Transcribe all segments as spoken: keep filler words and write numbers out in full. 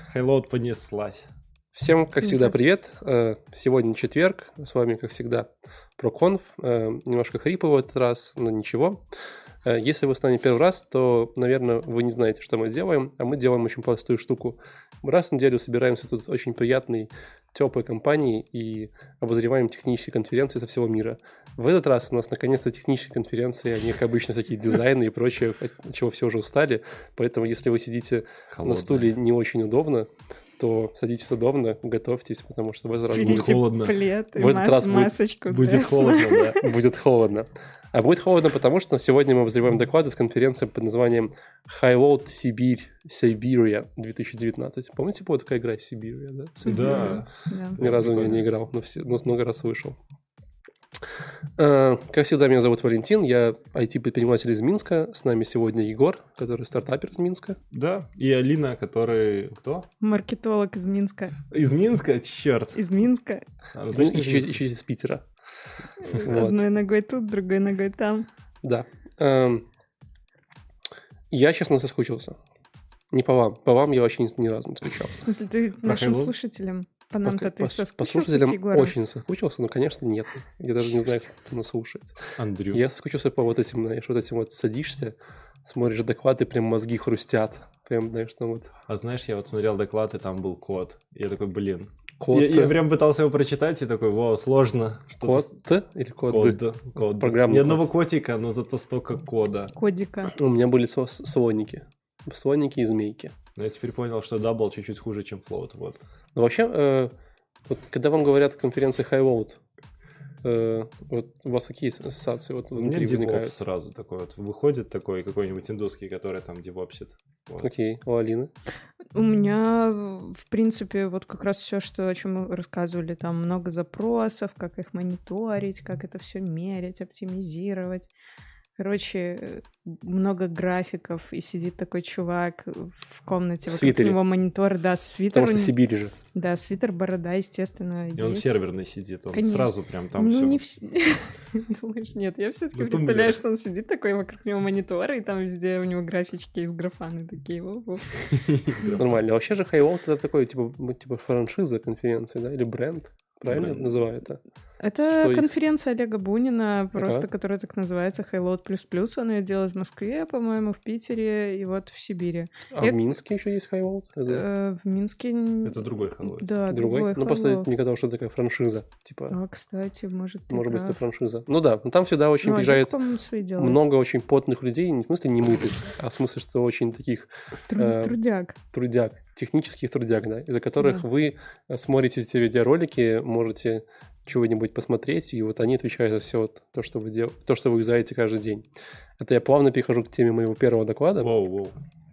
Хайлоуд понеслась. Всем, как всегда, привет. Сегодня четверг. С вами, как всегда, ProConf. Немножко хрипово в этот раз, но ничего. Если вы с нами первый раз, то, наверное, вы не знаете, что мы делаем. А мы делаем очень простую штуку. Мы раз в неделю собираемся тут в очень приятной, теплой компании и обозреваем технические конференции со всего мира. В этот раз у нас наконец-то технические конференции, они, как обычно, такие дизайны и прочее, от чего все уже устали. Поэтому, если вы сидите Холодно. на стуле не очень удобно, то садитесь удобно, готовьтесь, потому что в этот раз Берите будет холодно. Плед и в этот раз масочку. Будет, будет холодно, да. Будет холодно. А будет холодно, потому что сегодня мы обозреваем доклады с конференции под названием Highload Сибирь, Siberia две тысячи девятнадцать. Помните, была такая игра Siberia, да? Да. да. Ни разу в нее не играл, но, все, но много раз слышал. Uh, как всегда, меня зовут Валентин, я ай ти-предприниматель из Минска. С нами сегодня Егор, который стартапер из Минска. Да, и Алина, который... Кто? Маркетолог из Минска. Из Минска? Черт. Из Минска. А, из Минска. Еще, еще из Питера. Одной вот. ногой тут, другой ногой там. Да. Uh, я, честно, соскучился. Не по вам. По вам я вообще ни, ни разу не скучал. В смысле, ты Про нашим Хэллоу? слушателям... По нам-то ты по, соскучился по слушателям с Егором? Очень соскучился, но, конечно, нет. Я даже не знаю, кто нас слушает. Андрю. Я соскучился по вот этим, знаешь, вот этим вот садишься, смотришь доклад, и прям мозги хрустят. Прям, знаешь, там вот... А знаешь, я вот смотрел доклад, и там был код. И я такой, блин. Код. Я, я прям пытался его прочитать, и такой, вау, сложно. Код или код? Код. Код. Программный Ни одного котика, но зато столько кода. Кодика. У меня были слоники. Слоники и змейки. Но я теперь понял, что Double чуть-чуть хуже, чем Float. Вот. Ну, вообще... Э... Вот, когда вам говорят конференции Highload, э, вот у вас какие ассоциации вот внутри возникают? Сразу такой вот выходит такой какой-нибудь индусский, который там девопсит. Вот. Окей, у Алины? У меня, в принципе, вот как раз все, что, о чем мы рассказывали, там много запросов, как их мониторить, как это все мерить, оптимизировать. Короче, много графиков, и сидит такой чувак в комнате, в вокруг него монитор, да, свитер. Потому что Сибирь же. Да, свитер, борода, естественно, И есть. он серверный сидит, он Конечно. Сразу прям там ну, все. Не вс... Думаешь, нет, я все-таки представляю, что он сидит такой, вокруг него монитор, и там везде у него графички из графаны такие. Нормально. А вообще же Highload это такой, типа, типа франшиза конференции, да, или бренд? Правильно это называют это? Это что... конференция Олега Бунина, просто ага. которая так называется, Highload плюс плюс. Он ее делает в Москве, по-моему, в Питере и вот в Сибири. А Я... в Минске еще есть Highload? Это... Э, в Минске... Это другой Highload. Да, другой? другой Ну, просто мне казалось, что это такая франшиза. Типа... А, кстати, может, Может быть, прав. это франшиза. Ну да, но там всегда очень ну, приезжает Олег, много очень потных людей, не в смысле не мытых, а в смысле, что очень таких... Тру- э, трудяг. Трудяг. Технических трудяг, да, из-за которых да. вы смотрите эти видеоролики, можете чего-нибудь посмотреть, и вот они отвечают за все вот то, что вы дел... то, что вы издаете каждый день. Это я плавно перехожу к теме моего первого доклада, воу, воу.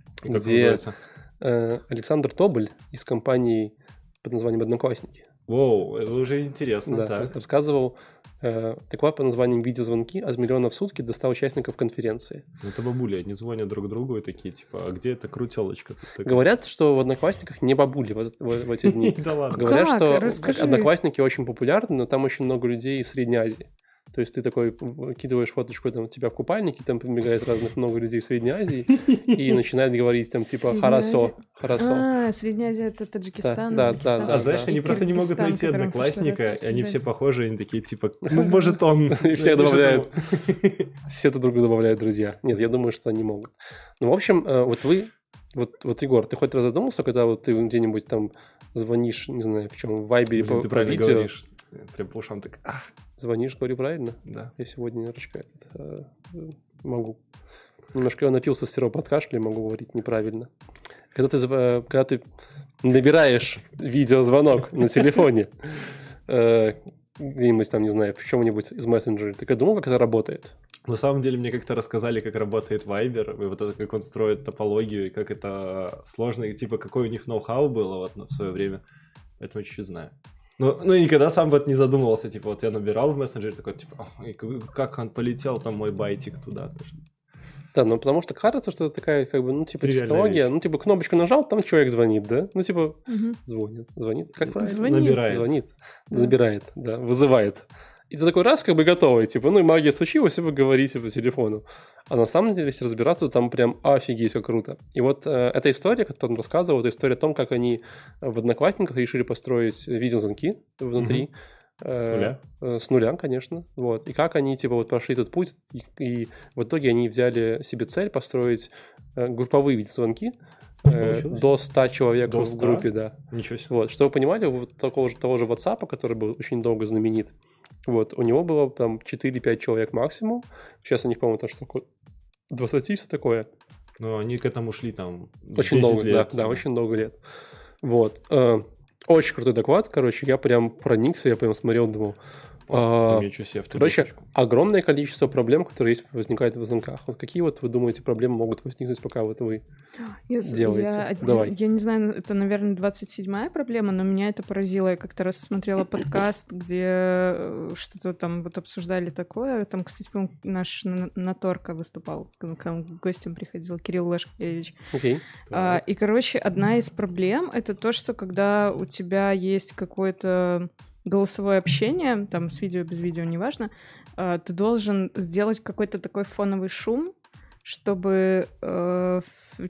где э, Александр Тоболь из компании под названием «Одноклассники». Воу, это уже интересно, да, так. рассказывал э, доклад под названием «Видеозвонки от миллиона в сутки до ста участников конференции». Это бабули, они звонят друг другу и такие, типа, а где эта крутелочка? Говорят, что в Одноклассниках не бабули в, в, в эти дни. Да ладно. Говорят, что Одноклассники очень популярны, но там очень много людей из Средней Азии. То есть ты такой кидываешь фоточку, там, тебя в купальнике, там подбегает разных много людей из Средней Азии и начинает говорить там типа «Харасо», «Харасо». А, Средняя Азия — это Таджикистан, да, Узбекистан. да, да, а знаешь, да. они просто не могут найти Одноклассника, и они все похожи, они такие типа «Ну, может, он». И всех добавляют. Все это друг друга добавляют друзья. Нет, я думаю, что они могут. Ну, в общем, вот вы, вот, вот Егор, ты хоть раз задумался, когда вот ты где-нибудь там звонишь, не знаю, в чем, в Вайбере по, ты про видео? Говоришь. Прям по ушам так... Ах. Звонишь, говорю правильно? Да. Я сегодня немножечко этот, э, могу. Немножко я напился сиропа от кашля, могу говорить неправильно. Когда ты, э, когда ты набираешь видеозвонок на телефоне, э, где-нибудь там, не знаю, в чем-нибудь из мессенджера, ты как думал, как это работает? На самом деле мне как-то рассказали, как работает Viber, и вот это, как он строит топологию, и как это сложно, и типа какой у них ноу-хау было вот в свое время. Поэтому чуть-чуть знаю. Ну, ну и никогда сам вот не задумывался, типа, вот я набирал в мессенджере, такой, типа, как он полетел, там мой байтик туда. Да, ну потому что кажется, что это такая, как бы, ну, типа, технология, вещь. Ну, типа, кнопочку нажал, там человек звонит, да? Ну, типа, угу. звонит, звонит, как правильно? Звонит. Набирает. Звонит, да. набирает, да, вызывает. И ты такой раз как бы готовый, типа, ну и магия случилась, и вы говорите по телефону. А на самом деле, если разбираться, там прям офигеть, как круто. И вот э, эта история, которую он рассказывал, это история о том, как они в Одноклассниках решили построить видеозвонки внутри. Угу. Э, с нуля? Э, с нуля, конечно. Вот. И как они, типа, вот прошли этот путь, и, и в итоге они взяли себе цель построить э, групповые видеозвонки, до ста человек до ста? В группе, да. Ничего себе. Вот, чтобы вы понимали, вот такого же, того же WhatsApp, который был очень долго знаменит, вот, у него было там четыре-пять человек максимум. Сейчас у них, по-моему, там что-то двадцать, все такое. Но они к этому шли там очень долго, лет. Да, да, очень много лет. Вот. Очень крутой доклад, короче, я прям проникся, я прям смотрел, думал... А, себе в короче, душечку. Огромное количество проблем, которые есть, возникают в звонках. Вот какие вот вы думаете проблемы могут возникнуть, пока вот вы я, делаете? Я, Давай. я не знаю, это, наверное, двадцать седьмая проблема, но меня это поразило. Я как-то раз смотрела подкаст, где что-то там вот обсуждали такое. Там, кстати, по-моему, наш Наторка выступал, к нам гостем приходил Кирилл Лашкевич. Okay. А, и, короче, одна из проблем — это то, что когда у тебя есть какой-то голосовое общение, там с видео, без видео, неважно, э, ты должен сделать какой-то такой фоновый шум, чтобы э,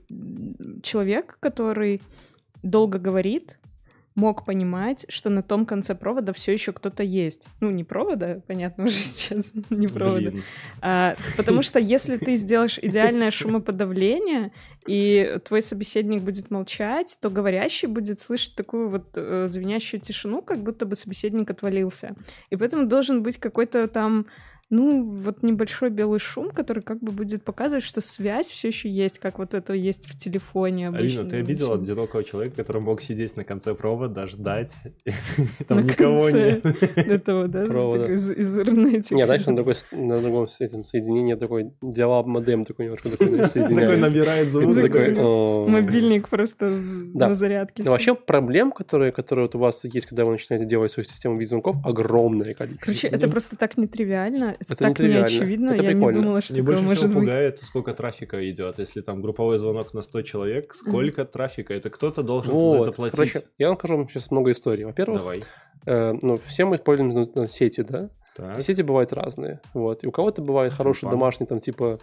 человек, который долго говорит, мог понимать, что на том конце провода все еще кто-то есть. Ну, не провода, понятно, уже сейчас, не провода. А, потому что если ты сделаешь идеальное шумоподавление, и твой собеседник будет молчать, то говорящий будет слышать такую вот э, звенящую тишину, как будто бы собеседник отвалился. И поэтому должен быть какой-то там, ну, вот небольшой белый шум, который как бы будет показывать, что связь все еще есть, как вот это есть в телефоне обычно. Алина, ты обидела одинокого человека, который мог сидеть на конце провода, ждать, там никого нет. Этого, да? Из интернета. Не, дальше на другом соединении такой диалаб-модем такой немножко такой соединяется. Такой набирает звук. Мобильник просто на зарядке. Но вообще проблем, которые вот у вас есть, когда вы начинаете делать свою систему видеозвонков, огромное количество. Короче, это просто так нетривиально. Это, это так не неочевидно, это я прикольно. не думала, что Мне такое больше может всего быть. пугает, сколько трафика идет. Если там групповой звонок на сто человек, сколько mm-hmm. трафика? Это кто-то должен вот. за это платить. Короче, я вам скажу сейчас много историй. Во-первых, Давай. Э, ну, все мы пользуемся на сети, да? Так. И сети бывают разные. Вот. И у кого-то бывает тюльпан. Хороший домашний, там, типа...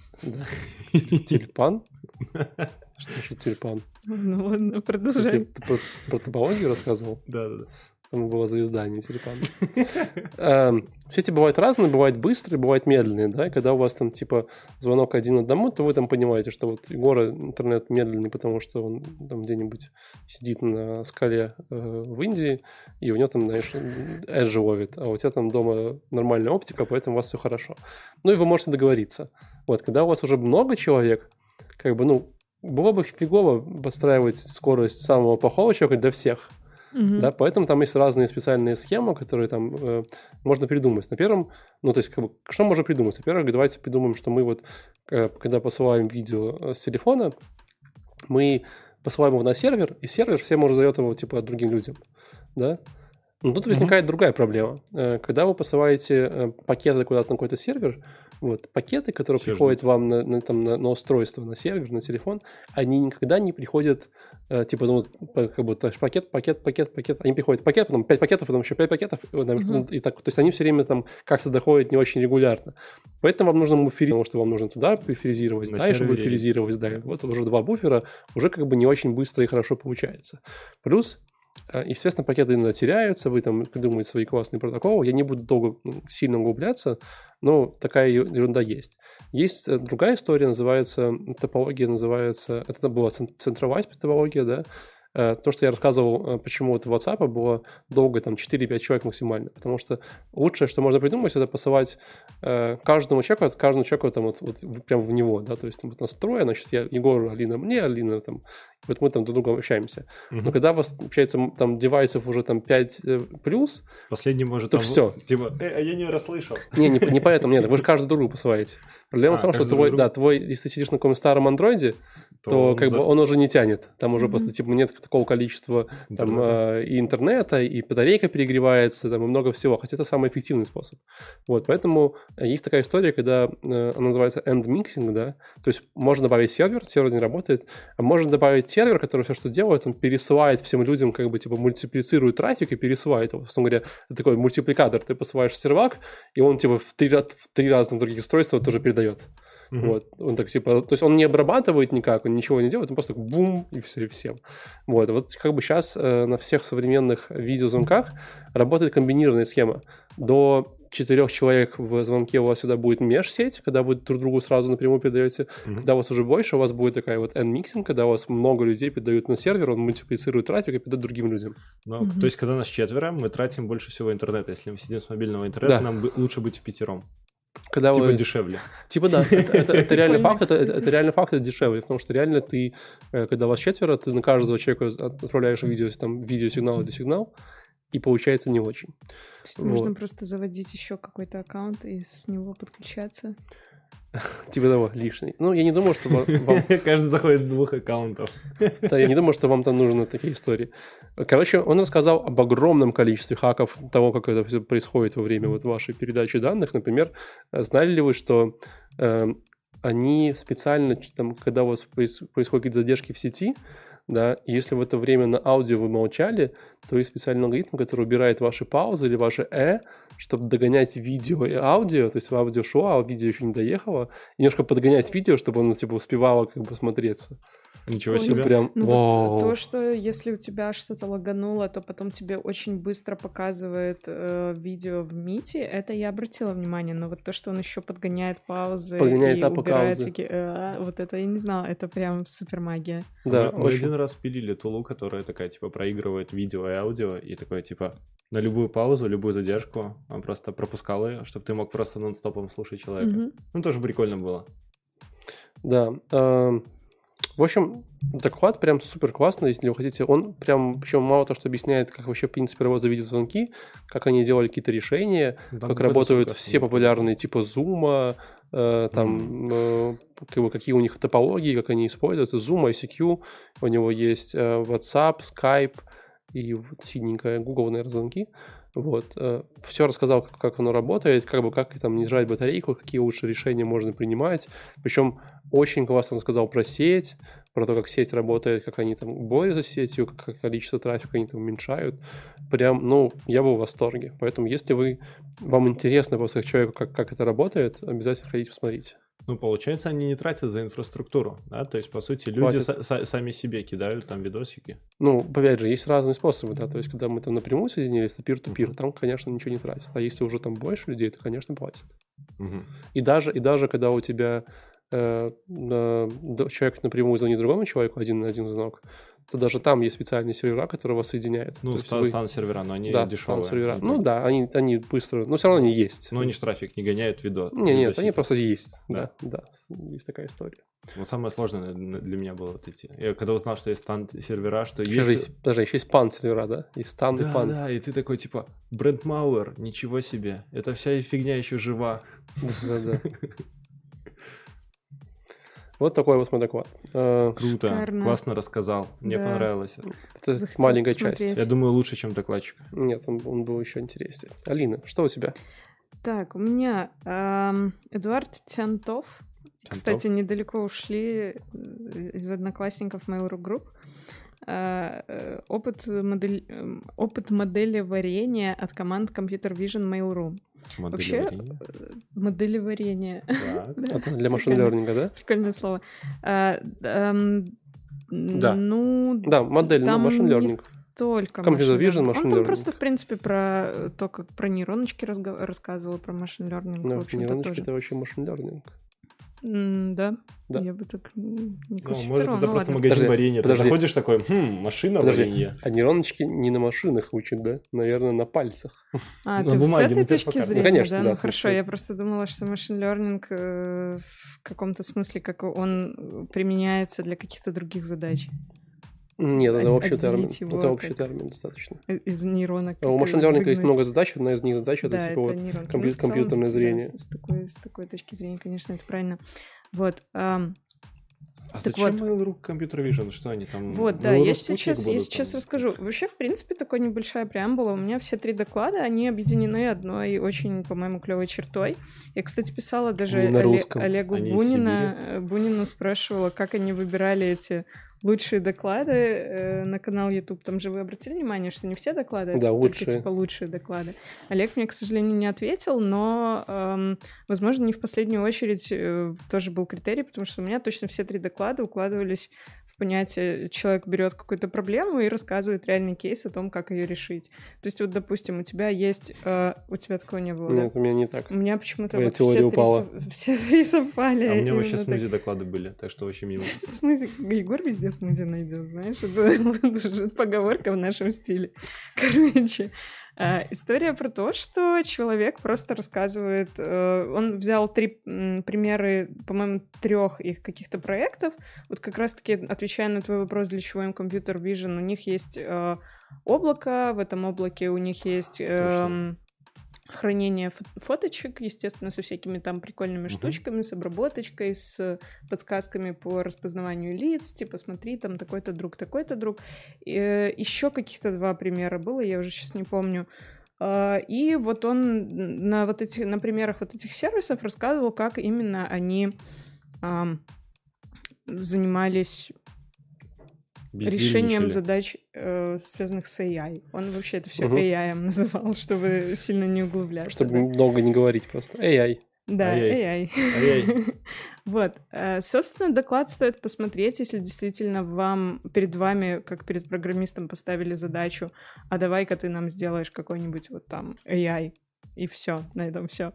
Тюльпан? Что значит тюльпан? Ну ладно, продолжай. Ты про топологию рассказывал? Да-да-да. Там была звезда, а не тюльпан. Сети бывают разные, бывают быстрые, бывают медленные, да, когда у вас там типа звонок один одному, то вы там понимаете, что вот Егора интернет медленный, потому что он там где-нибудь сидит на скале в Индии, и у него там, знаешь, эджи ловит, а у тебя там дома нормальная оптика, поэтому у вас все хорошо. Ну и вы можете договориться. Вот, когда у вас уже много человек, как бы, ну, было бы фигово подстраивать скорость самого плохого человека для всех. Mm-hmm. Да, поэтому там есть разные специальные схемы, которые там э, можно придумать. На первом, ну, то есть, как бы, что можно придумать? Во-первых, давайте придумаем, что мы вот, э, когда посылаем видео с телефона, мы посылаем его на сервер, и сервер всем раздает его, типа, другим людям, да? Но тут возникает mm-hmm. другая проблема. Э, когда вы посылаете э, пакеты куда-то на какой-то сервер, вот, пакеты, которые Все приходят ждут. вам на, на, там, на, на устройство, на сервер, на телефон, они никогда не приходят, э, типа, ну, как будто пакет, пакет, пакет, пакет. Они приходят пакет, потом пять пакетов, потом еще пять пакетов. И, uh-huh. и так, то есть они все время там как-то доходят не очень регулярно. Поэтому вам нужно буферировать, потому что вам нужно туда буферизировать, да, еще буферизировать, да. Вот уже два буфера, уже как бы не очень быстро и хорошо получается. Плюс, естественно, пакеты иногда теряются, вы там придумываете свои классные протоколы. Я не буду долго, сильно углубляться, но такая ерунда есть. Есть другая история, называется, топология называется, это была centralized топология, да, то, что я рассказывал, почему вот в WhatsApp было долго, там, четыре-пять человек максимально, потому что лучшее, что можно придумать, это посылать э, каждому человеку, каждому человеку там вот, вот прям в него, да, то есть там, вот настроя, значит, я Егор, Алина мне, Алина там, вот мы там друг с другом общаемся. Uh-huh. Но когда у вас, получается, там девайсов уже там пять плюс, последний может то там, все. Типа, э, а я не расслышал. Не, не, не поэтому, нет, вы же каждый другу посылаете. Проблема а, в том, что твой, да, твой, если ты сидишь на каком-то старом андроиде, то, то как за... бы он уже не тянет. Там уже mm-hmm. просто типа нет такого количества там, э, и интернета, и батарейка перегревается, там, и много всего. Хотя это самый эффективный способ. Вот, поэтому есть такая история, когда э, она называется end-mixing, да, то есть можно добавить сервер, сервер не работает, а можно добавить сервер, который все, что делает, он пересылает всем людям, как бы, типа, мультиплицирует трафик и пересылает его. Собственно говоря, это такой мультипликатор. Ты посылаешь сервак, и он, типа, в три, в три раза на других устройствах тоже передает. Mm-hmm. Вот, он так типа, то есть он не обрабатывает никак, он ничего не делает, он просто так бум, и все, и всем. Вот, вот как бы сейчас э, на всех современных видеозвонках работает комбинированная схема. До четырех человек в звонке у вас всегда будет межсеть, когда вы друг другу сразу напрямую передаете. Mm-hmm. Когда у вас уже больше, у вас будет такая вот end-mixing, когда у вас много людей передают на сервер, он мультиплицирует трафик и передает другим людям. Ну, mm-hmm. То есть, когда нас четверо, мы тратим больше всего интернета. Если мы сидим с мобильного интернета, да. нам бы, лучше быть впятером. Когда типа вы... дешевле. Типа да, это, это, это реально факт, это, это реально факт, это дешевле, потому что реально ты, когда вас четверо, ты на каждого человека отправляешь видео, там, видеосигнал или сигнал, и получается не очень. То есть вот. Можно просто заводить еще какой-то аккаунт и с него подключаться. Типа того, лишний. Ну, я не думаю, что вам... Каждый заходит с двух аккаунтов. Да, я не думаю, что вам там нужны такие истории. Короче, он рассказал об огромном количестве хаков того, как это все происходит во время вот вашей передачи данных. Например, знали ли вы, что э, они специально, там, когда у вас происходят какие-то задержки в сети, да, и если в это время на аудио вы молчали, то есть специальный алгоритм, который убирает ваши паузы или ваши «э», чтобы догонять видео и аудио, то есть в аудио шло, а видео еще не доехало, и немножко подгонять видео, чтобы оно типа успевало как бы смотреться. Ничего себе. Прям, ну, вот то, что если у тебя что-то лагануло, то потом тебе очень быстро показывает э, видео в мите, это я обратила внимание, но вот то, что он еще подгоняет паузы подгоняет и убирает паузы. Всякие, э, вот это я не знала, это прям супер магия. Да, мы, мы очень... один раз пилили тулу, которая такая типа проигрывает видео и аудио, и такое типа на любую паузу, любую задержку он просто пропускал ее, чтобы ты мог просто нон-стопом слушать человека. Mm-hmm. Ну, тоже прикольно было. Да, э- в общем, доклад прям супер классный, если вы хотите. Он прям, причем мало того, что объясняет, как вообще, в принципе, работают видеозвонки, как они делали какие-то решения, там как работают все популярные типа Zoom, э, там, mm. э, какие у них топологии, как они используют. Zoom, ай си кью, у него есть э, WhatsApp, Skype и вот синенькая Google, наверное, звонки. Вот. Все рассказал, как, как оно работает, как бы как там не жрать батарейку, какие лучше решения можно принимать. Причем очень классно он сказал про сеть, про то, как сеть работает, как они там борются с сетью, как количество трафика они там уменьшают. Прям, ну, я был в восторге. Поэтому, если вы, вам интересно просто как человеку, как, как это работает, обязательно ходите посмотрите. Ну, получается, они не тратят за инфраструктуру, да? То есть, по сути, люди с- с- сами себе кидают там видосики. Ну, опять же, есть разные способы, да, то есть, когда мы там напрямую соединились, то peer-to-peer, там, конечно, ничего не тратят. А если уже там больше людей, то, конечно, платят. Uh-huh. И даже, и даже когда у тебя э, э, человек напрямую звонит другому человеку, один на один звонок, то даже там есть специальные сервера, которые вас соединяют. Ну, стан, вы... стан сервера, но они да, дешевые. Стан сервера. Ну да, они, они быстро, но все равно они есть. Но они же трафик не гоняют видос. Не, нет, они просто есть. Да. да, да, есть такая история. Вот самое сложное для меня было вот эти. Я когда узнал, что есть стан сервера, что еще есть... есть... Даже еще есть пан сервера, да? Есть стан да, и пан. Да, и ты такой типа, бренд Мауэр, ничего себе, это вся фигня еще жива. Да-да. Вот такой вот мой доклад. Круто, Шикарно. Классно рассказал. Мне да. понравилось. Это Захотелось маленькая посмотреть. часть. Я думаю, лучше, чем докладчик. Нет, он, он был еще интереснее. Алина, что у тебя? Так, у меня эм, Эдуард Тянтов. Тянтов. Кстати, недалеко ушли из одноклассников Mail.ru Group. Э, опыт, модель, опыт моделеварения от команд Computer Vision Mail.ru. Вообще, моделеварение. Это для машин-лернинга, да? Прикольное слово. А, эм, да. Ну, да, модель, ну, машин-лернинг. Только Computer Vision, машин-лернинг. Он там просто, в принципе, про то, как про нейроночки разго- рассказывал, про машин-лернинг. Ну, нейроночки — это вообще машин-лернинг. Mm, да. да, я бы так не классифицировала. Ну, может, это ну, просто ладно. магазин подожди, варенья. Подожди. Ты заходишь такой, хм, машина подожди. варенья. А нейроночки не на машинах учат, да? Наверное, на пальцах. А, на ты бумаге, с этой точки зрения, ну, конечно, да? да, Ну, хорошо, я просто думала, что машин-лернинг э, в каком-то смысле, как он применяется для каких-то других задач. Нет, это общий термин. Это общий термин достаточно. Из нейронок. А у машин-лернинга есть много задач. Одна из них задач — это да, типа это вот компью- ну, компьютерное целом, зрение. Да, с, такой, с такой точки зрения, конечно, это правильно. Вот. А, А Так зачем вот. Mail.ru Computer Vision? Что они там? Вот, да, Mail.ru я спутник сейчас, я будут сейчас там? расскажу. Вообще, в принципе, такая небольшая преамбула. У меня все три доклада, они объединены одной очень, по-моему, клевой чертой. Я, кстати, писала даже Не на Оле- русском. Олегу Они из Бунина. э, Бунину спрашивала, как они выбирали эти лучшие доклады э, на канал YouTube. Там же вы обратили внимание, что не все доклады, Да, это лучшие. только типа лучшие доклады. Олег мне, к сожалению, не ответил, но, эм, возможно, не в последнюю очередь э, тоже был критерий, потому что у меня точно все три доклада укладывались в понятие, человек берет какую-то проблему и рассказывает реальный кейс о том, как ее решить. То есть вот, допустим, у тебя есть... э, у тебя такого не было, да? Нет, у меня не так. У меня почему-то Твоя вот теория все три, упала. сов- все три совпали. А у меня вообще именно так. смузи доклады были, так что очень мило. Смузи. Егор везде смузи найдет, знаешь, это уже поговорка в нашем стиле. Короче, а, история про то, что человек просто рассказывает, э, он взял три м, примеры, по-моему, трех их каких-то проектов, вот как раз-таки отвечая на твой вопрос, для чего им Computer Vision, у них есть э, облако, в этом облаке у них есть... эм, хранение фо- фоточек, естественно, со всякими там прикольными Мгм. штучками, с обработочкой, с подсказками по распознаванию лиц, типа, смотри, там такой-то друг, такой-то друг. Еще каких-то два примера было, я уже сейчас не помню. А, И вот он на, вот этих, на примерах вот этих сервисов рассказывал, как именно они ам, занимались решением Бездельничали. задач, э, связанных с эй ай. Он вообще это все Мгм. эй ай называл, чтобы сильно не углубляться. Чтобы да. много не говорить просто. Эй-ай. Да, Ай-яй. эй ай. Ай-яй. Вот. э, Собственно, доклад стоит посмотреть, если действительно вам, перед вами, как перед программистом, поставили задачу, а давай-ка ты нам сделаешь какой-нибудь вот там эй ай. И все, на этом все.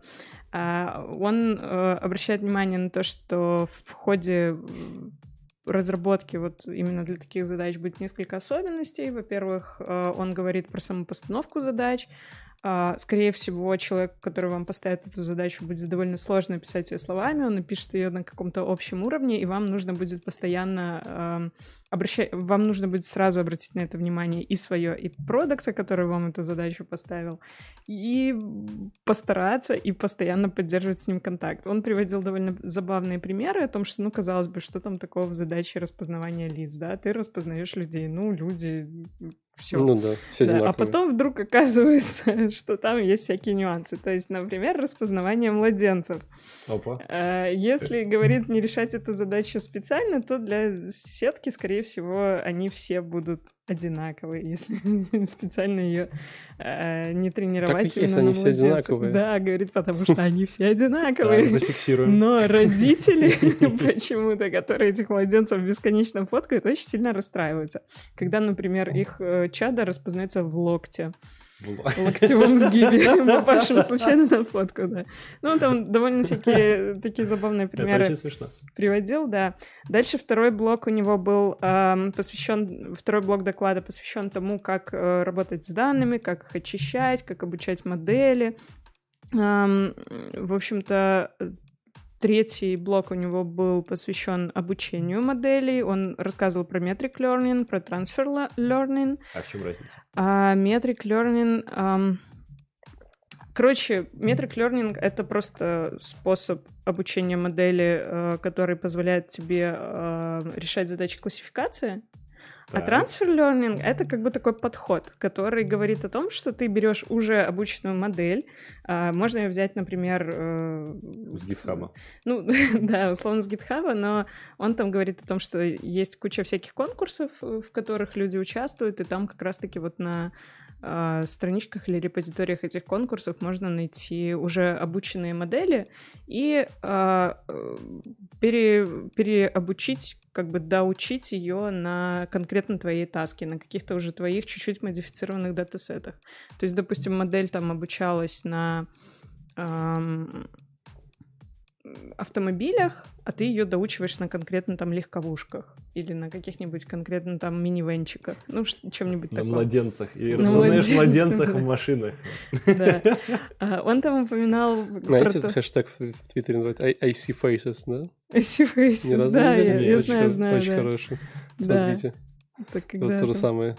Он э, обращает внимание на то, что в ходе разработки вот именно для таких задач будет несколько особенностей. Во-первых, э, он говорит про саму постановку задач. А, Скорее всего, человек, который вам поставит эту задачу, будет довольно сложно писать ее словами, он напишет ее на каком-то общем уровне, и вам нужно будет постоянно эм, обращать, вам нужно будет сразу обратить на это внимание и свое, и продукта, который вам эту задачу поставил, и постараться и постоянно поддерживать с ним контакт. Он приводил довольно забавные примеры о том, что, ну, казалось бы, что там такого в задаче распознавания лиц, да, ты распознаешь людей, ну, люди, все. Ну да, все Да, одинаковые. а потом вдруг оказывается, что там есть всякие нюансы. То есть, например, распознавание младенцев. Опа. Э, Если, говорит, не решать эту задачу специально, то для сетки, скорее всего, они все будут одинаковые, если специально ее не тренировать. Так и есть, именно они на все младенцев. одинаковые. Да, говорит, потому что они все Так, одинаковые. зафиксируем. Но родители почему-то, которые этих младенцев бесконечно фоткают, очень сильно расстраиваются. Когда, например, их э, чадо распознается в локте, в локтевом сгибе, попавшем случайно на фотку, да. Ну, там довольно всякие такие забавные Это примеры очень смешно. приводил, да. Дальше второй блок у него был эм, посвящен, второй блок доклада посвящен тому, как э, работать с данными, как их очищать, как обучать модели. Эм, в общем-то, третий блок у него был посвящен обучению моделей. Он рассказывал про metric learning, про transfer learning. А в чем разница? А metric learning... эм, Короче, metric learning — это просто способ обучения модели, э, который позволяет тебе э, решать задачи классификации. А Так. transfer learning — это как бы такой подход, который говорит о том, что ты берешь уже обученную модель. э, Можно ее взять, например... э, С гитхаба. Ну, да, условно с гитхаба, но он там говорит о том, что есть куча всяких конкурсов, в которых люди участвуют, и там как раз-таки вот на э, страничках или репозиториях этих конкурсов можно найти уже обученные модели и э, пере, переобучить, как бы доучить ее на конкретно твоей таске, на каких-то уже твоих чуть-чуть модифицированных датасетах. То есть, допустим, модель там обучалась на эм, автомобилях, а ты ее доучиваешь на конкретно там легковушках или на каких-нибудь конкретно там минивенчиках, ну, ш- чем-нибудь На таком. младенцах. И На распознаешь младенцах, младенцах да. в машинах. Да. А, Он там упоминал про Знаете, то... этот хэштег в в Твиттере называется I, I see faces, да? I see faces, Ни разу да, не я, видели? я Очень знаю, хор- знаю, Очень да. хороший. Да. Смотрите. Это Вот когда то же там самое.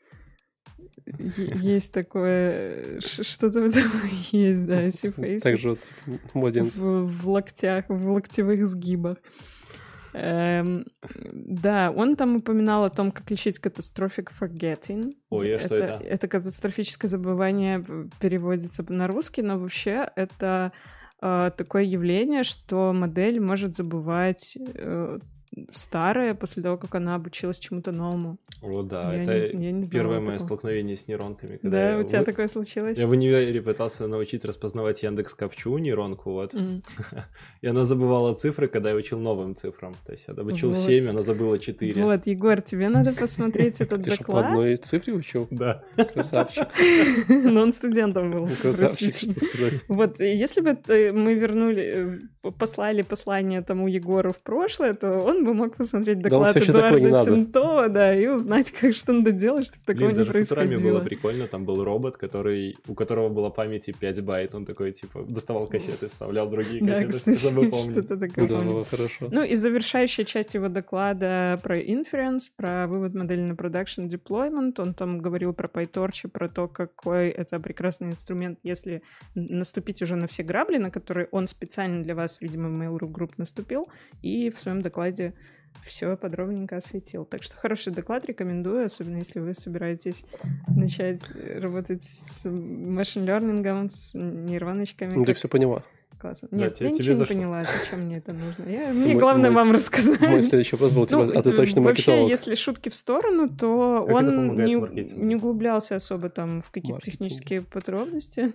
е- есть такое, ш- что-то в этом есть, да, I see faces. Также вот типа, младенцы. В, в локтях, в локтевых сгибах. Эм, да, он там упоминал о том, как лечить catastrophic forgetting. Ой, а что это? это? Это катастрофическое забывание переводится на русский, но вообще это э, такое явление, что модель может забывать э, старое после того, как она обучилась чему-то новому. О, да, я это не, я не первое мое такого. столкновение с нейронками. Да, у тебя в... такое случилось? Я в универе пытался научить распознавать Яндекс.Капчу нейронку, вот. Mm. И она забывала цифры, когда я учил новым цифрам. То есть я обучил Вот. семь, она забыла четыре. Вот, Егор, тебе надо посмотреть этот Ты что, по доклад. одной цифре учил? Да. Красавчик. Но он студентом был. Красавчик, простите. что сказать. Вот, и если бы ты- мы вернули, э, послали послание тому Егору в прошлое, то он бы мог посмотреть Да вам доклад вообще такое не Эдуарда надо. Тинтова, да, и узнать, как что надо делать, чтобы такого Блин, не даже в Футураме происходило. было прикольно, там был робот, который, у которого была памяти пять байт, он такой, типа, доставал кассеты, вставлял другие Да, кассеты, кстати, чтобы помнить. что-то такое Да, помню. было хорошо. Ну и завершающая часть его доклада про inference, про вывод модели на production deployment. Он там говорил про PyTorch, про то, какой это прекрасный инструмент, если наступить уже на все грабли, на которые он специально для вас, видимо, в Mail.ru Group наступил, и в своем докладе все подробненько осветил. Так что хороший доклад, рекомендую, особенно если вы собираетесь начать работать с машин-лернингом, с нейроночками. Ну, ты как- все поняла. Классно. Да, Нет, тебе- я тебе ничего не зашло. поняла, зачем мне это нужно. Я- Мой- Мне главное мой- вам рассказать. Мой следующий вопрос был, типа, Ну, а ты точно вообще, маркетолог? если шутки в сторону, то Как это он помогает не, в маркетинге? не углублялся особо там в какие-то Маркетинге. технические подробности.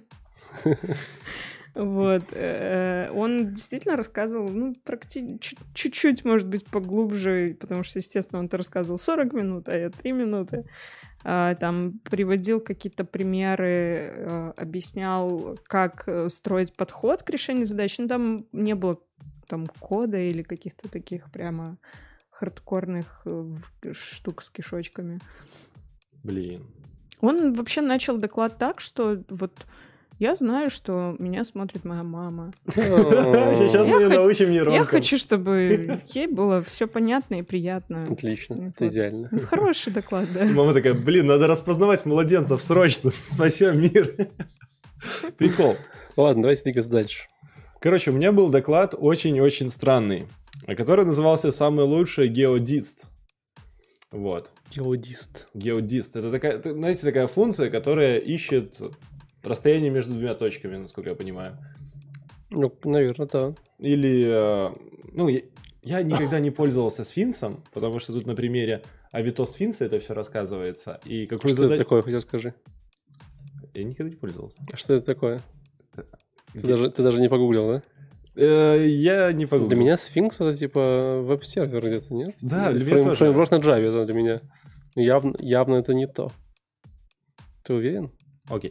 Вот. э, Он действительно рассказывал, ну, практи- чуть- чуть-чуть, может быть, поглубже, потому что, естественно, он-то рассказывал сорок минут, а я три минуты. А, Там приводил какие-то примеры, э, объяснял, как э, строить подход к решению задач. Ну, там не было там кода или каких-то таких прямо хардкорных э, штук с кишочками. Блин. Он вообще начал доклад так, что вот я знаю, что меня смотрит моя мама. Сейчас Я мы ее хот- научим Я нейронкам. хочу, чтобы ей было все понятно и приятно. Отлично, Вот. это идеально. Ну, хороший доклад, да. Мама такая, блин, надо распознавать младенцев срочно, спасем мир. Прикол. Ладно, давайте двигаться дальше. Короче, у меня был доклад очень-очень странный, который назывался «Самый лучший геодист». Вот. Геодист. Геодист. Это такая, это, знаете, такая функция, которая ищет расстояние между двумя точками, насколько я понимаю. Ну, наверное, да. Или, э, ну, я, я никогда не пользовался сфинксом, потому что тут на примере авито-сфинкса это все рассказывается. И какую Что это задачу... такое, хотел скажи? Я никогда не пользовался. А что это такое? Ты Где- даже, ты даже не погуглил, да? Э, я не погуглил. Для меня Sphinx это типа веб-сервер где-то, нет? Да, для меня Фрейм- тоже. Фреймворк на Java это для меня. Явно, явно это не то. Ты уверен? Окей.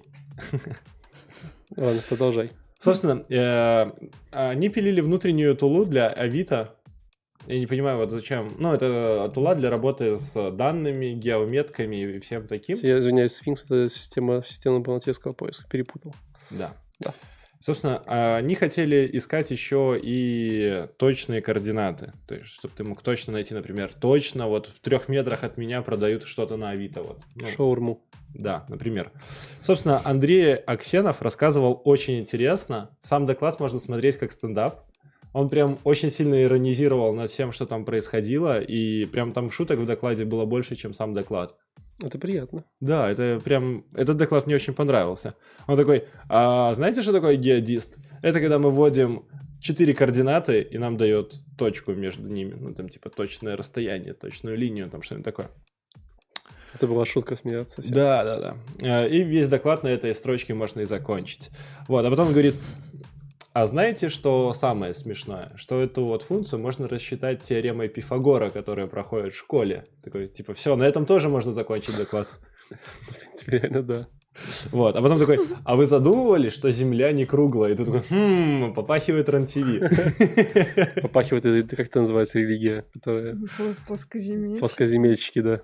Ладно, продолжай. Собственно, э, они пилили внутреннюю тулу для Авито. Я не понимаю, вот зачем. Ну, это тула для работы с данными, геометками и всем таким. Я извиняюсь, Sphinx это система системного полнотекстового поиска. Перепутал. Да. Да. Собственно, они хотели искать еще и точные координаты. То есть, чтобы ты мог точно найти, например, точно вот в трех метрах от меня продают что-то на Авито. Вот. Ну, Шаурму. да, например. Собственно, Андрей Аксенов рассказывал очень интересно. Сам доклад можно смотреть как стендап. Он прям очень сильно иронизировал над всем, что там происходило. И прям там шуток в докладе было больше, чем сам доклад. Это приятно. Да, это прям... Этот доклад мне очень понравился. Он такой, а знаете, что такое геодист? Это когда мы вводим четыре координаты, и нам дает точку между ними. Ну, там, типа, точное расстояние, точную линию, там, что-нибудь такое. Это была шутка смеяться. всё. Да, да, да. И весь доклад на этой строчке можно и закончить. Вот, а потом он говорит, а знаете, что самое смешное? Что эту вот функцию можно рассчитать теоремой Пифагора, которая проходит в школе. Такой, типа, все, на этом тоже можно закончить доклад. В принципе, реально, да. Вот, а потом такой, а вы задумывались, что Земля не круглая? И тут такой, хм, попахивает РЕН-ТВ. Попахивает, это как это называется, религия, которая... Плос- Плоскоземелье. Плоскоземельщики, да.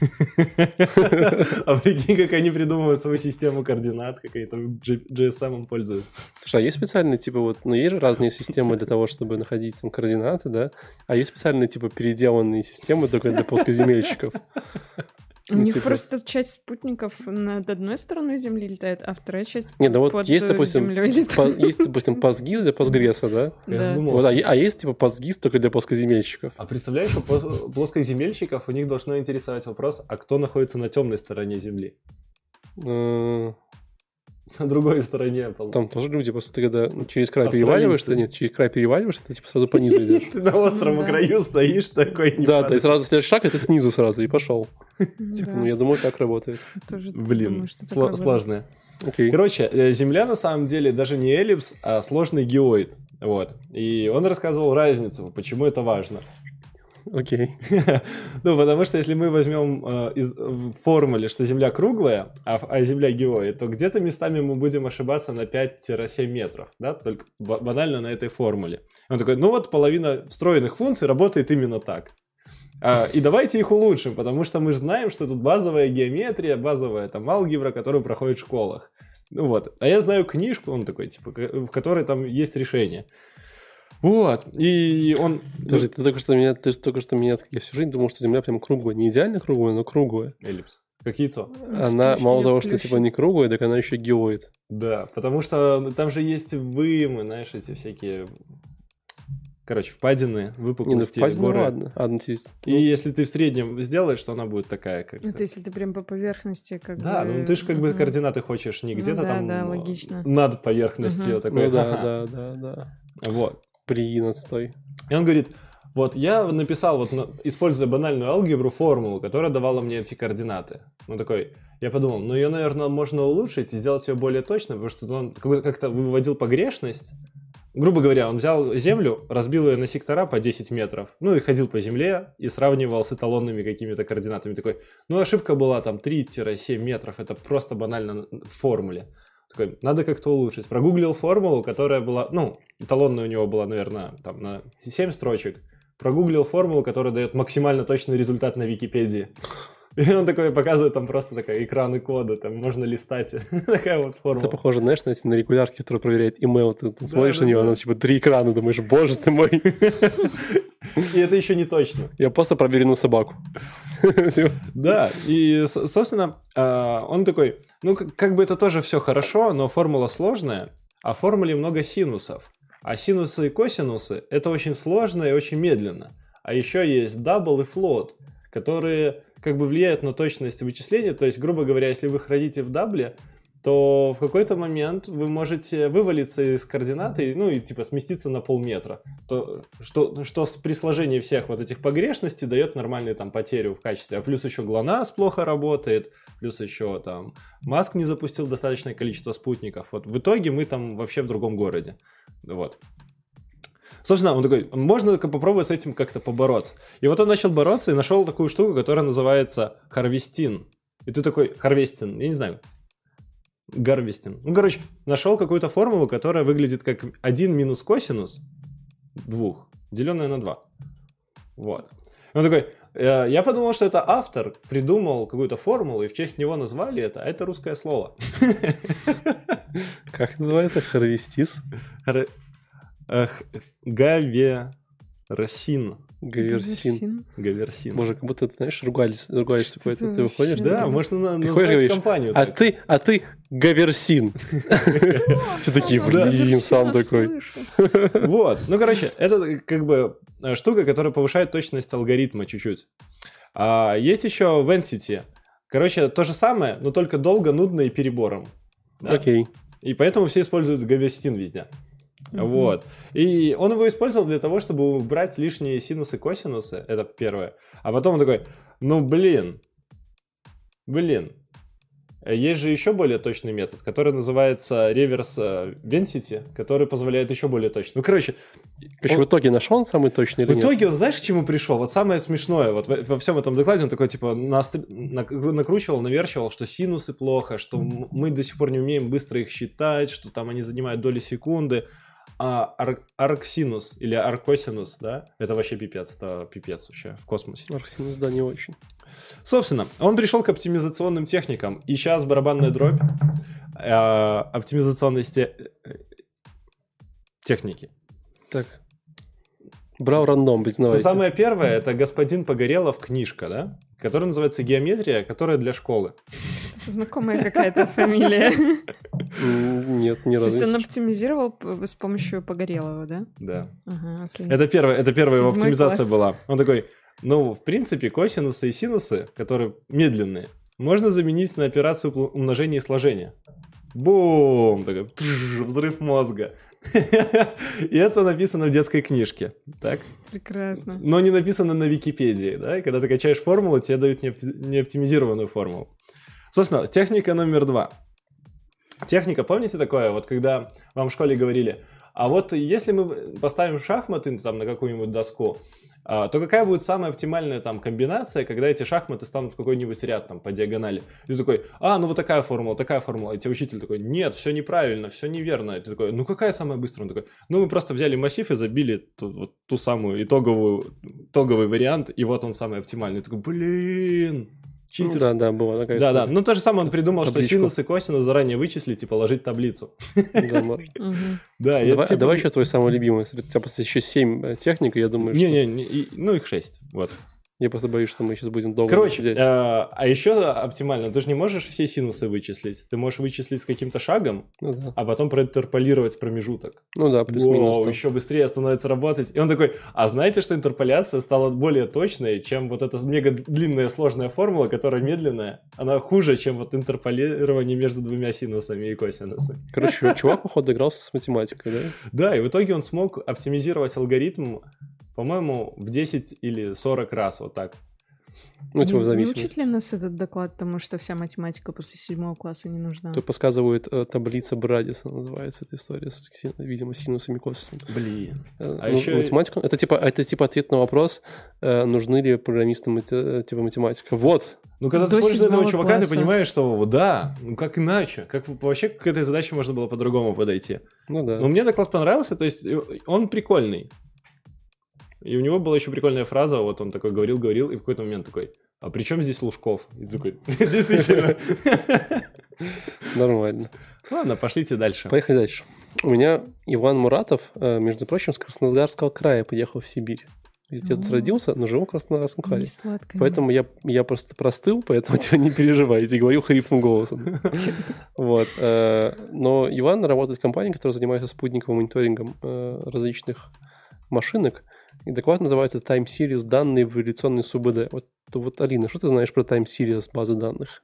А прикинь, как они придумывают свою систему координат, как они там джи эс эм пользуются. Слушай, а есть специальные, типа, вот, ну, есть же разные системы для того, чтобы находить там координаты, да? А есть специальные, типа, переделанные системы только для плоскоземельщиков. У них типа... просто часть спутников над одной стороной Земли летает, а вторая часть не, да вот под есть, допустим, землей летает. По, есть, допустим, PostGIS для Postgres, да? Да. Вот, а, а есть типа PostGIS только для плоскоземельщиков. А представляешь, у плоскоземельщиков у них должно интересовать вопрос, а кто находится на темной стороне Земли? На другой стороне. Там тоже люди, просто ты когда через край переваливаешься, нет, через край переваливаешься, ты типа сразу по низу идешь. Ты на остром краю стоишь такой. Да, ты сразу следующий шаг, и ты снизу сразу, и пошел. Ну, я думаю, так работает. Блин, сложно. Okay. Короче, Земля на самом деле даже не эллипс, а сложный геоид. Вот. И он рассказывал разницу, почему это важно. Окей. Okay. Ну, потому что если мы возьмем э, из, в формуле, что Земля круглая, а, а Земля геоид, то где-то местами мы будем ошибаться на пять-семь метров, да, только банально на этой формуле. Он такой, ну вот половина встроенных функций работает именно так. А, и давайте их улучшим, потому что мы же знаем, что тут базовая геометрия, базовая там алгебра, которую проходят в школах. Ну вот. А я знаю книжку, он такой, типа, в которой там есть решение. Вот, и он... Подожди, ты только что меня, ты только что меня, я всю жизнь думал, что Земля прям круглая, не идеально круглая, но круглая. Эллипс. Как яйцо. Она, мало того, что типа не круглая, так она еще геоид. Да, потому что там же есть выемы, знаешь, эти всякие... Короче, впадины, выпуклости, не, ну, впадины, горы. Ладно, ладно, есть. И ну... если ты в среднем сделаешь, то она будет такая, как... Это если ты прям по поверхности как да, бы... ну ты же как бы координаты хочешь не где-то ну, да, там да, логично. над поверхностью. Угу. Такой, ну да, да, да, да. Вот. При надстой. И он говорит, вот я написал, вот, используя банальную алгебру, формулу, которая давала мне эти координаты. Он такой, я подумал, ну ее, наверное, можно улучшить и сделать ее более точно, потому что он как-то выводил погрешность. Грубо говоря, он взял Землю, разбил ее на сектора по десять метров, ну и ходил по Земле и сравнивал с эталонными какими-то координатами. Такой, ну ошибка была там три-семь метров, это просто банально в формуле. Такой, надо как-то улучшить. Прогуглил формулу, которая была, ну, эталонная у него была, наверное, там на семь строчек. Прогуглил формулу, которая дает максимально точный результат на Википедии. И он такой показывает, там просто такая экраны кода, там можно листать. Такая вот формула. Это похоже, знаешь, на, на регулярке, которая проверяет имейл. Ты, ты да, смотришь да, на него, да. Она типа три экрана, думаешь, боже ты мой. И это еще не точно. Я просто проверенную собаку. Да, и, собственно, он такой, ну, как бы это тоже все хорошо, но формула сложная, а в формуле много синусов. А синусы и косинусы — это очень сложно и очень медленно. А еще есть дабл и флот, которые как бы влияют на точность вычисления. То есть, грубо говоря, если вы храните в дабле, то в какой-то момент вы можете вывалиться из координаты, ну и типа сместиться на полметра. То, что, что при сложении всех вот этих погрешностей дает нормальную там потерю в качестве. А плюс еще ГЛОНАСС плохо работает, плюс еще там Маск не запустил достаточное количество спутников. Вот в итоге мы там вообще в другом городе. Вот. Собственно, он такой, можно попробовать с этим как-то побороться. И вот он начал бороться и нашел такую штуку, которая называется Harvesting. И ты такой, Harvesting, я не знаю, Гарвестин. Ну, короче, нашел какую-то формулу, которая выглядит как один минус косинус двух, деленное на два. Вот. Он такой, э, я подумал, что это автор придумал какую-то формулу, и в честь него назвали это, а это русское слово. Как называется? Харвестис? Гаверсин. Гаверсин. Гаверсин. Боже, как будто, ты знаешь, ругались, ругаешься по этому. Ты выходишь? Да, можно назвать компанию. А ты, а ты Гаверсин. Все такие, блин, сам такой. Вот. Ну, короче, это как бы штука, которая повышает точность алгоритма чуть-чуть. Есть еще Vensity. Короче, то же самое, но только долго, нудно и перебором. Окей. И поэтому все используют Гаверсин везде. Mm-hmm. Вот. И он его использовал для того, чтобы убрать лишние синусы, косинусы. Это первое. А потом он такой, ну блин, блин. Есть же еще более точный метод, который называется reverse Vensity, который позволяет еще более точно. Ну, короче... Короче, он... в итоге нашел он самый точный или в нет? В итоге он, знаешь, к чему пришел? Вот самое смешное. Вот во, во всем этом докладе он такой, типа, настр... накручивал, наверчивал, что синусы плохо, что мы до сих пор не умеем быстро их считать, что там они занимают доли секунды. А ар- арксинус или аркосинус, да, это вообще пипец, это пипец вообще в космосе. Арксинус, да, не очень. Собственно, он пришел к оптимизационным техникам, и сейчас барабанная дробь э, оптимизационной сте... техники. Так, брал рандом, признавайся. Самое первое, это господин Погорелов, книжка, да, который называется «Геометрия», которая для школы. Что-то знакомая какая-то фамилия. Нет, ни разу. То есть он оптимизировал с помощью Погорелого, да? Да. Ага, окей. Это первая, это первая его Седьмой оптимизация класс. была. Он такой, ну, в принципе, косинусы и синусы, которые медленные, можно заменить на операцию умножения и сложения. Бум! Такой тш, взрыв мозга. И это написано в детской книжке. Так? Прекрасно. Но не написано на Википедии. Да? И когда ты качаешь формулу, тебе дают неоптимизированную формулу. Собственно, техника номер два. Техника, помните такое, вот когда вам в школе говорили, а вот если мы поставим шахматы там на какую-нибудь доску, то какая будет самая оптимальная там комбинация, когда эти шахматы станут в какой-нибудь ряд там по диагонали? И ты такой, а, ну вот такая формула, такая формула. И тебе учитель такой, нет, все неправильно, все неверно. И ты такой, ну какая самая быстрая? Он такой, ну мы просто взяли массив и забили ту, вот, ту самую итоговую, итоговый вариант, и вот он самый оптимальный. И ты такой, блин... Читер. Ну, да, да, была такая Да, история. да. Ну, то же самое он придумал, Табличку. что синус и косинус заранее вычислить и положить в таблицу. Да, можно. Да, Ну, я, давай, типа, давай еще твой самый любимый. У тебя просто еще семь техник, и я думаю, что... Не-не, ну их шесть, вот. Я просто боюсь, что мы сейчас будем долго Короче, сидеть. э, а еще оптимально, ты же не можешь все синусы вычислить. Ты можешь вычислить с каким-то шагом, Ну да, а потом проинтерполировать промежуток. ну, да плюс-минус. Воу, там. еще быстрее становится работать. И он такой, а знаете, что интерполяция стала более точной, чем вот эта мега длинная сложная формула, которая медленная? Она хуже, чем вот интерполирование между двумя синусами и косинусами. Короче, чувак, походу, игрался с математикой, да? Да, и в итоге он смог оптимизировать алгоритм, по-моему, в десять или сорок раз, вот так. Ну, типа, в Не зависимости. учит ли нас этот доклад, потому что вся математика после седьмого класса не нужна? Тут подсказывает э, таблица Брадиса, называется эта история, с, видимо, синусами и косинусами. Блин. Э, А ну, еще- математика, это типа, это типа ответ на вопрос, э, нужны ли программистам мати- типа математика. Вот. Ну, когда ты До смотришь на этого седьмого чувака, класса. ты понимаешь, что да, ну как иначе? Как вообще к этой задаче можно было по-другому подойти? Ну да. Но мне доклад понравился, то есть э, он прикольный. И у него была еще прикольная фраза, вот он такой говорил-говорил, и в какой-то момент такой, а при чем здесь Лужков? И ты такой, действительно. Нормально. Ладно, пошлите дальше. Поехали дальше. У меня Иван Муратов, э, между прочим, с Краснодарского края приехал в Сибирь. Я тут М. родился, но живу в Краснодарском крае. Не сладкое. Поэтому я, я просто простыл, поэтому тебя не переживайте, говорю хриплым голосом. Вот. э, Но Иван работает в компании, которая занимается спутниковым мониторингом э, различных машинок. И доклад называется Time Series данные в эволюционной СУБД. Вот, вот, Алина, что ты знаешь про Time Series базы данных?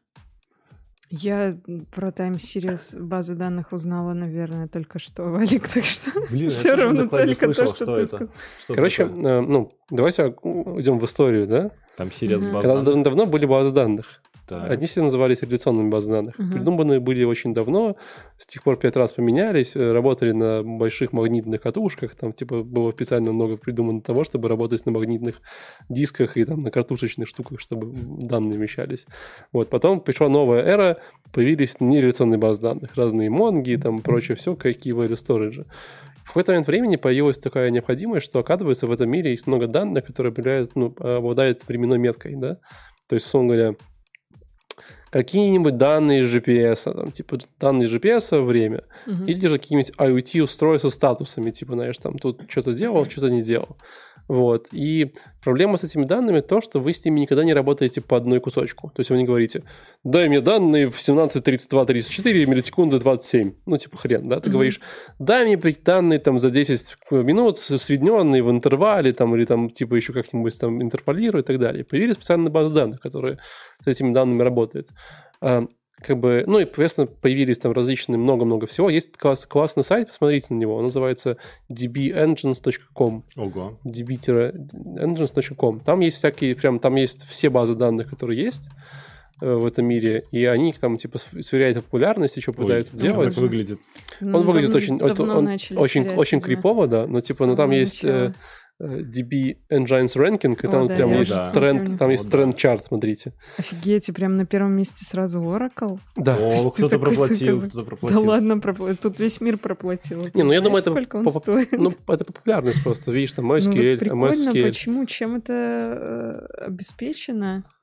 Я про Time Series базы данных узнала, наверное, только что, Валик, так что Блин, я все тоже в равно докладе только то, слышал, что что ты это. сказал. Что Короче, такое? э, ну, давайте уйдем в историю, да? Там Сириас Мгм. база Когда данных. дав- давно были базы данных. Так. Одни все назывались реляционными базами данных. Мгм. Придуманы были очень давно, с тех пор пять раз поменялись, э, работали на больших магнитных катушках, там типа было специально много придумано того, чтобы работать на магнитных дисках и там на картушечных штуках, чтобы данные вмещались. Вот, потом пришла новая эра, появились нереляционные базы данных, разные монги, там прочее все, какие value storage. В какой-то момент времени появилась такая необходимость, что, оказывается, в этом мире есть много данных, которые обладают, ну, обладают временной меткой, да, то есть, условно говоря, какие-нибудь данные из джи пи эс, там, типа данные джи пи эс, время, Мгм. или же какие-нибудь IoT-устройства с статусами, типа, знаешь, там, тут что-то делал, что-то не делал. Вот. И проблема с этими данными в том, что вы с ними никогда не работаете по одной кусочку. То есть вы не говорите, дай мне данные в семнадцать тридцать два тридцать четыре миллисекунды двадцать семь. Ну, типа хрен, да? Ты Мгм. говоришь, дай мне блядь, данные там за десять минут, соединенные в интервале, там, или там, типа, еще как-нибудь там интерполируй и так далее. Появились специальные базы данных, которые с этими данными работают. А, как бы, ну и, соответственно, появились там различные много-много всего. Есть класс, классный сайт, посмотрите на него, он называется ди би engines точка ком. Ого. ди би engines точка ком. Там есть всякие, прям там есть все базы данных, которые есть э, в этом мире, и они их там типа св- сверяют популярность, еще пытаются Ой, делать. как выглядит. Ну, Он выглядит давно- очень, это- давно он начали очень, сверять, очень видимо. крипово, да, но типа, ну там самого есть э, начала. э, ди би Engines Ranking, и О, там да, прям я есть уже тренд, смотрю. там есть О, да. тренд-чарт, смотрите. Офигеть, и прям на первом месте сразу Oracle. Да. О, есть ты кто-то такой проплатил, заказ- кто-то Да проплатил. ладно, проплатил. Тут весь мир проплатил. Ты Не, ну я знаешь, думаю, это сколько он по- стоит? Ну, это популярность просто, видишь, там Ну, вот MySQL, прикольно, MySQL. почему, чем это э, обеспечено?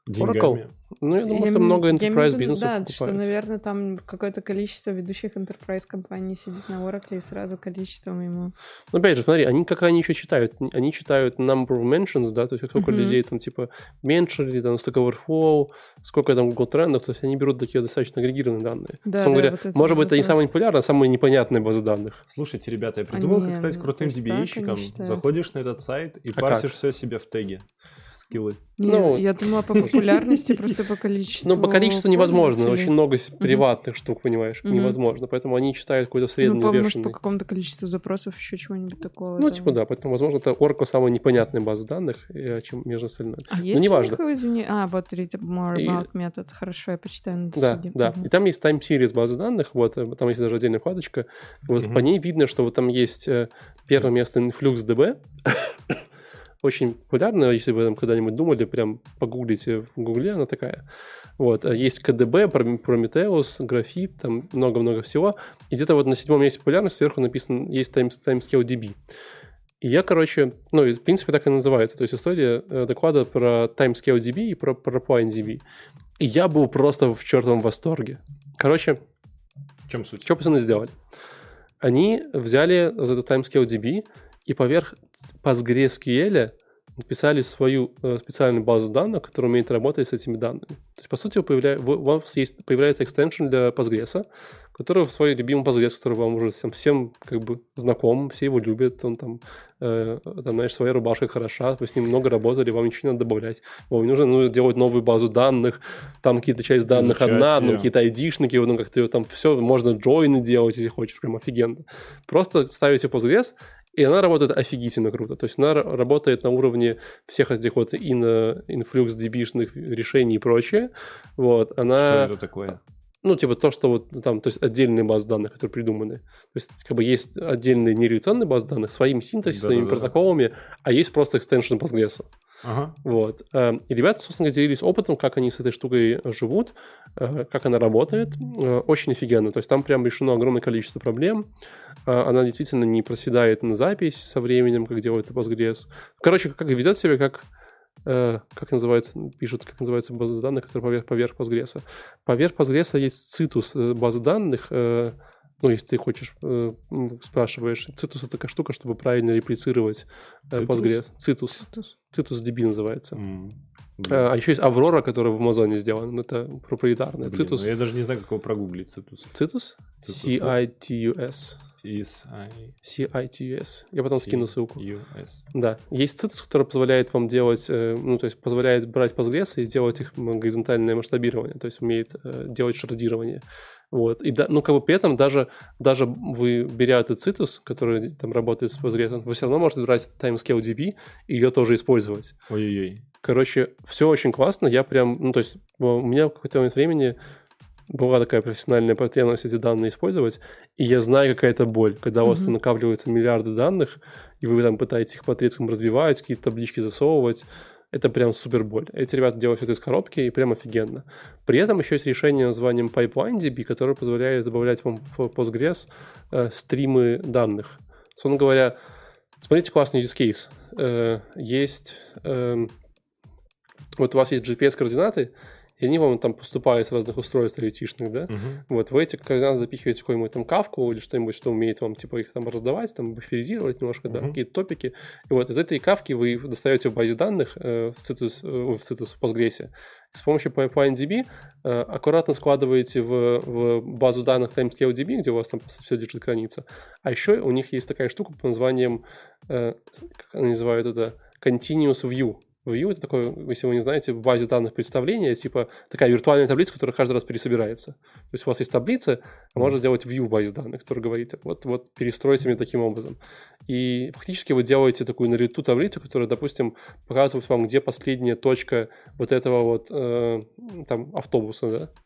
Oracle? Ну, я думаю, я, что много enterprise бизнесов да, покупают. что, наверное, там какое-то количество ведущих enterprise компаний сидит на Oracle и сразу количеством ему. Ну, опять же, смотри, они как они еще читают? Они читают number of mentions, да, то есть сколько uh-huh. людей там, типа, меншили, там, Stack Overflow, сколько там Google трендов, то есть они берут такие достаточно агрегированные данные. Да, да, говоря, вот это, может быть, вот это не самые популярные, а самые непонятные базы данных. Слушайте, ребята, я придумал, а как стать крутым ди би эй-щиком. Заходишь на этот сайт и а парсишь как? Все себе в теге. Скиллы. Не, ну, я думала по популярности, просто по количеству. Ну, по количеству невозможно. Очень много приватных штук, понимаешь, невозможно. Поэтому они читают какой-то средний Ну, вершинный. может, по какому-то количеству запросов еще чего-нибудь такого. Ну, типа, да. Поэтому, возможно, это Oracle самая непонятная база данных, чем между остальными. А есть у них, извини... А, вот read more about метод. Хорошо, я почитаю на досуге. Да, да. И там есть time series базы данных. Вот, там есть даже отдельная вкладочка. Вот по ней видно, что вот там есть первое место InfluxDB. Очень популярная, если вы там когда-нибудь думали, прям погуглите в Гугле, она такая. Вот. Есть кей ди би, Prometheus, Graphite, там много-много всего. И где-то вот на седьмом месте популярности сверху написано, есть TimescaleDB. И я, короче, ну, в принципе, так и называется. То есть история доклада про TimescaleDB и про, про PointDB. И я был просто в чертовом восторге. Короче, в чем суть? Что пацаны сделали? Они взяли вот эту TimescaleDB и поверх PostgreSQL написали свою э, специальную базу данных, которая умеет работать с этими данными. То есть, по сути, появля... у вас есть, появляется экстеншн для Postgres, который в свой любимый Postgres, который вам уже всем, всем как бы знаком, все его любят, он там, э, там, знаешь, своя рубашка хороша, вы с ним много работали, вам ничего не надо добавлять. Вам не нужно ну, делать новую базу данных, там какие-то часть данных изучать одна, ну, какие-то айдишники, ну, как-то ее там все, можно джойны делать, если хочешь, прям офигенно. Просто ставите Postgres, и она работает офигительно круто. То есть она работает на уровне всех этих вот InfluxDB-шных решений и прочее. Вот, она... Что это такое? Ну, типа то, что вот там, то есть отдельные базы данных, которые придуманы. То есть, как бы есть отдельные нереляционные базы данных своими синтаксисами, да, да, протоколами, да. А есть просто экстеншн Postgres. Ага. Вот. И ребята, собственно, делились опытом, как они с этой штукой живут, как она работает. Очень офигенно. То есть там прям решено огромное количество проблем. Она действительно не проседает на запись со временем, как делает Postgres. Короче, как ведет себя как... как называется, пишут, как называется база данных, которая поверх, поверх Postgres. Поверх Postgres есть Citus базы данных. Ну, если ты хочешь, спрашиваешь. Citus — это такая штука, чтобы правильно реплицировать Citus? Postgres. Citus. Citus. CitusDB называется. Mm. А, а еще есть Aurora, которая в Амазоне сделана. Это проприетарная. Блин, Citus. Ну я даже не знаю, как его прогуглить. Citus. Citus? C-I-T-U-S. C-I-T-U-S. Я потом скину ссылку. Да. Есть Citus, который позволяет вам делать, ну, то есть позволяет брать Postgres и сделать их горизонтальное масштабирование, то есть умеет делать шардирование. Вот. И да, ну, как бы при этом даже, даже вы, беря этот Citus, который там работает с Postgres, вы все равно можете брать TimescaleDB и ее тоже использовать. Ой-ой-ой. Короче, все очень классно. Я прям, ну, то есть у меня в какой-то момент времени была такая профессиональная потребность эти данные использовать, и я знаю, какая это боль, когда mm-hmm. у вас там накапливаются миллиарды данных, и вы там пытаетесь их по отрезкам разбивать, какие-то таблички засовывать. Это прям супер боль. Эти ребята делают это из коробки, и прям офигенно. При этом еще есть решение названием PipelineDB, которое позволяет добавлять вам в Postgres э, стримы данных. Собственно говоря, смотрите классный use case. Э, есть... Э, вот у вас есть джи пи эс-координаты, и они вам там поступают с разных устройств ай о ти-шных, да? Uh-huh. Вот вы эти координаты запихиваете в какую-нибудь там кавку или что-нибудь, что умеет вам типа их там раздавать, там буферизировать немножко, uh-huh. да, какие-то топики. И вот из этой кавки вы достаете в базе данных э, в Citus, э, в Citus, в Postgres. С помощью PipelineDB э, аккуратно складываете в, в базу данных TimescaleDB, где у вас там все лежит граница. А еще у них есть такая штука под названием, э, как они называют это, Continuous View. View — это такое, если вы не знаете, в базе данных представление, типа такая виртуальная таблица, которая каждый раз пересобирается. То есть у вас есть таблица, а можно сделать view в базе данных, которая говорит, вот, вот перестройте мне таким образом. И фактически вы делаете такую на лету таблицу, которая, допустим, показывает вам, где последняя точка вот этого вот э, там автобуса, да.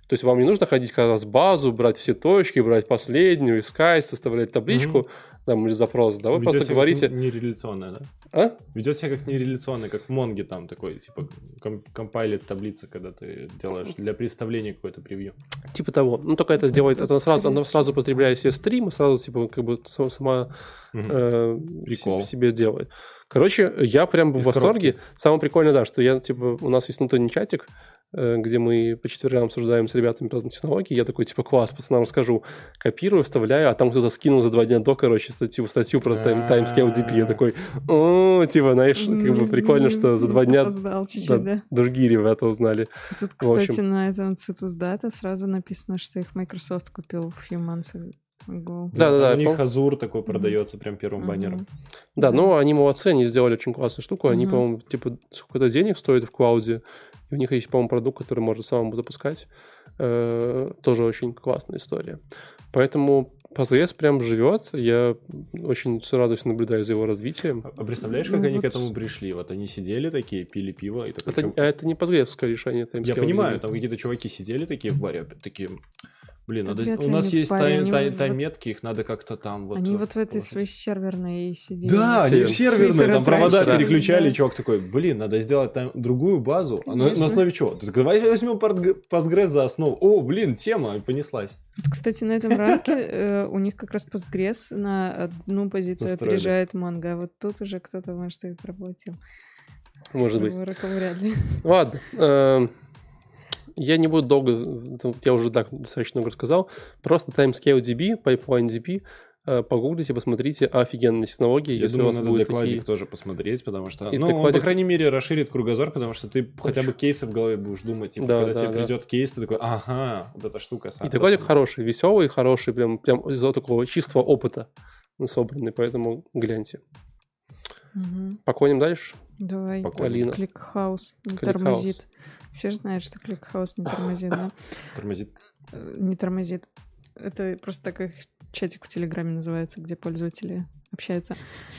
То есть вам не нужно ходить как раз в базу, брать все точки, брать последнюю, искать, составлять табличку, mm-hmm. там, или запрос, да, вы Ведет просто говорите... нереляционное, да? А? Ведет себя как нереляционное, как в Монге там такой, типа, ком- компайлит таблицы, когда ты делаешь для представления какое-то превью. Типа того. Ну, только это сделает, это сразу, она сразу потребляет себе стрим, и сразу, типа, как бы сама mm-hmm. э, себе делает. Короче, я прям в восторге. Самое прикольное, да, что я, типа, у нас есть внутренний чатик, где мы по четвергам обсуждаем с ребятами разные технологии. Я такой, типа, класс, пацанам расскажу. Копирую, вставляю, а там кто-то скинул за два дня до, короче, статью, статью про таймскейл ди пи. Я такой, о, типа, знаешь, как бы прикольно, что за два дня другие ребята узнали. Тут, кстати, на этом Citrus Data сразу написано, что их Microsoft купил в few months ago. Да, да, да. У них Azure такой продается прям первым баннером. Да, ну, они молодцы, они сделали очень классную штуку. Они, по-моему, типа, сколько-то денег стоит в клауде. И у них есть, по-моему, продукт, который можно самому запускать. Э-э, тоже очень классная история. Поэтому Postgres прям живет. Я очень с радостью наблюдаю за его развитием. А представляешь, как ну, они вот... к этому пришли? Вот они сидели такие, пили пиво. И такой, это, чем... а это не Postgres решение. Это Я понимаю, там какие-то чуваки сидели такие в баре, такие... Блин, надо... у нас есть тайм, тай, тайм-метки, их надо как-то там вот... Они вот в этой своей серверной сидели. Да, они в серверной, там провода переключали, да. Чувак такой, блин, надо сделать там другую базу. А на, на основе чего? Ты такой, давай возьмем Postgres за основу. О, блин, тема, понеслась. Кстати, на этом ранке э, у них как раз Postgres на одну позицию Настроили. Опережает Mongo. А вот тут уже кто-то, может, и проплатил. Может быть. Вряд ли. Ладно. Я не буду долго, я уже так достаточно много рассказал. Просто timescale ди би, pipeline ди би, погуглите, посмотрите, офигенные технологии. Я если думаю, у вас надо будет докладик такие... тоже посмотреть, потому что, и ну, докладик... он, по крайней мере, расширит кругозор, потому что ты Очень. Хотя бы кейсы в голове будешь думать, типа, да, когда да, тебе да. придет кейс, ты такой, ага, вот эта штука. И докладик хороший, веселый, хороший, прям, прям из-за такого чистого опыта собранный, поэтому гляньте. Угу. Поклоним дальше? Давай. Алина. ClickHouse не тормозит. Все же знают, что ClickHouse не тормозит, да? Тормозит. Не тормозит. Это просто такой чатик в Телеграме называется, где пользователи общаются.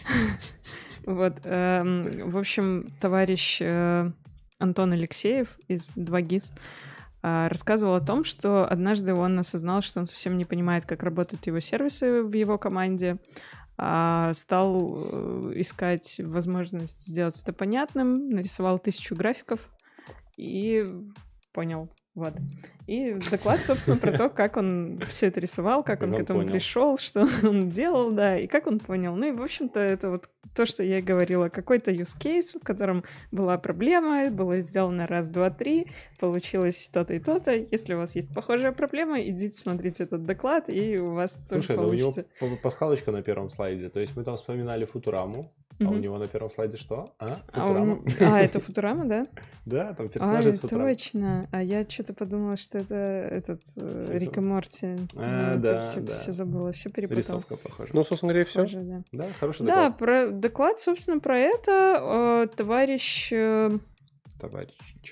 Вот. В общем, товарищ Антон Алексеев из два гис рассказывал о том, что однажды он осознал, что он совсем не понимает, как работают его сервисы в его команде, стал искать возможность сделать это понятным, нарисовал тысячу графиков, и понял, вот. И доклад, собственно, про то, как он все это рисовал, как он к этому пришел, что он делал, да, и как он понял. Ну и, в общем-то, это вот то, что я и говорила. Какой-то use case, в котором была проблема, было сделано раз, два, три, получилось то-то и то-то. Если у вас есть похожая проблема, идите смотрите этот доклад, и у вас тоже Слушай, получится. Слушай, ну у него пасхалочка на первом слайде. То есть мы там вспоминали Футураму, а mm-hmm. у него на первом слайде что? А, Футурама? А, он... а это Футурама, да? Да, там персонажи из Футурамы. Точно. А я что-то подумала, что это этот Рик и Морти. А, да, все, да. Все забыла, все перепутала. Рисовка похожа. Ну, собственно говоря, все. Похоже, да. Да, хороший доклад. доклад. Да, про доклад, собственно, про это товарищ... Товарищ...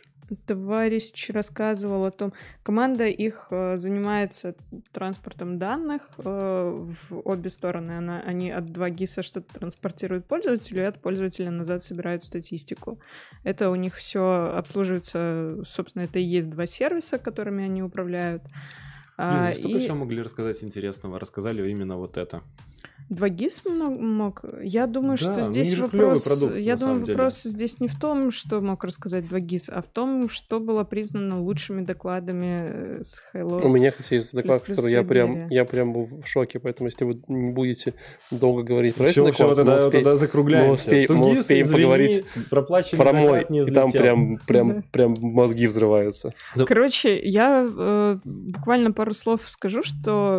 Товарищ рассказывал о том, команда их э, занимается транспортом данных э, в обе стороны. Она, они от два гиса что-то транспортируют пользователю, и от пользователя назад собирают статистику. Это у них все обслуживается, собственно, это и есть два сервиса, которыми они управляют. Блин, а, столько и... всего могли рассказать интересного. Рассказали именно вот это. два гис мог. Я думаю, да, что здесь ну, вопрос. Продукт, я думаю, вопрос деле. здесь не в том, что мог рассказать два гис, а в том, что было признано лучшими докладами с Hello. У меня, кстати, есть доклад, который я прям, я прям был в шоке, поэтому если вы не будете долго говорить про все, этот доклад, все, тогда, мы, успеем, тогда закругляемся. мы успеем, Тугис, мы успеем извини, поговорить про мой, и там прям, прям, да. прям мозги взрываются. Короче, я э, буквально пару слов скажу, что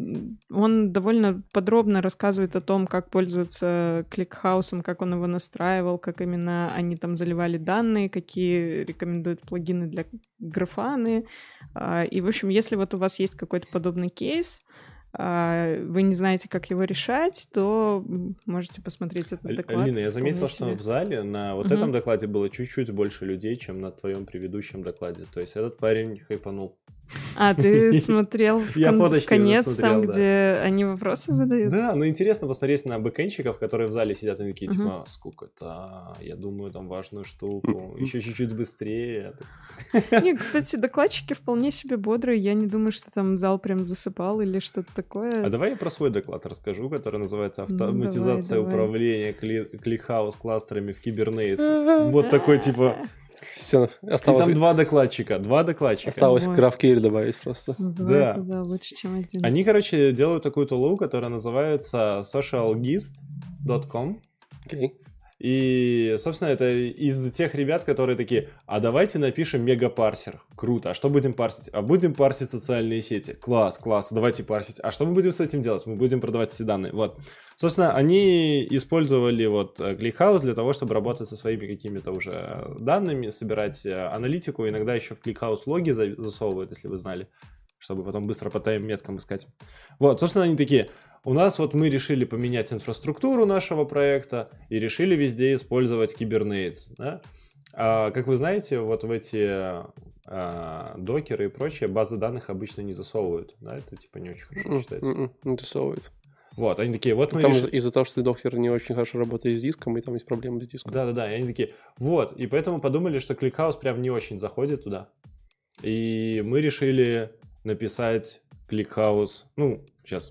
он довольно подробно рассказывает о том, как пользоваться ClickHouse, как он его настраивал, как именно они там заливали данные, какие рекомендуют плагины для Grafana. И, в общем, если вот у вас есть какой-то подобный кейс, вы не знаете, как его решать, то можете посмотреть этот доклад. Алина, я заметил, что в зале на вот uh-huh. этом докладе было чуть-чуть больше людей, чем на твоем предыдущем докладе. То есть этот парень хайпанул. А, ты смотрел в, Я кон- в фоточки конец, смотрел, там, да. где они вопросы задают? Да, ну интересно посмотреть на бэкэнщиков, которые в зале сидят и такие, Мгм. типа, сколько-то, я думаю, там важную штуку, еще чуть-чуть быстрее. Не, кстати, докладчики вполне себе бодрые. Я не думаю, что там зал прям засыпал или что-то А такое. давай я про свой доклад расскажу, который называется Ну, «Автоматизация давай, давай. управления кли- кликхаус кластерами в Kubernetes». Вот такой, типа... Все, И осталось, там два докладчика, два докладчика. осталось Ой. GraphQL добавить просто. Ну, Да. давай это, да, лучше, чем один. Они, короче, делают такую тулу, которая называется socialgist точка ком. Окей. И, собственно, это из тех ребят, которые такие, а давайте напишем мегапарсер. Круто. А что будем парсить? А будем парсить социальные сети. Класс, класс. Давайте парсить. А что мы будем с этим делать? Мы будем продавать эти данные. Вот. Собственно, они использовали вот ClickHouse для того, чтобы работать со своими какими-то уже данными, собирать аналитику. Иногда еще в ClickHouse логи засовывают, если вы знали, чтобы потом быстро по тайм-меткам искать. Вот, собственно, они такие... У нас вот мы решили поменять инфраструктуру нашего проекта и решили везде использовать Kubernetes. Да? А, как вы знаете, вот в эти а, докеры и прочее базы данных обычно не засовывают. Да? Это типа не очень хорошо считается. М-м, Не рисовывает. Вот, они такие, вот мы Там решили... из- из-за того, что докер не очень хорошо работает с диском, и там есть проблемы с диском. Да-да-да, и они такие, вот, и поэтому подумали, что ClickHouse прям не очень заходит туда. И мы решили написать ClickHouse, ну, сейчас...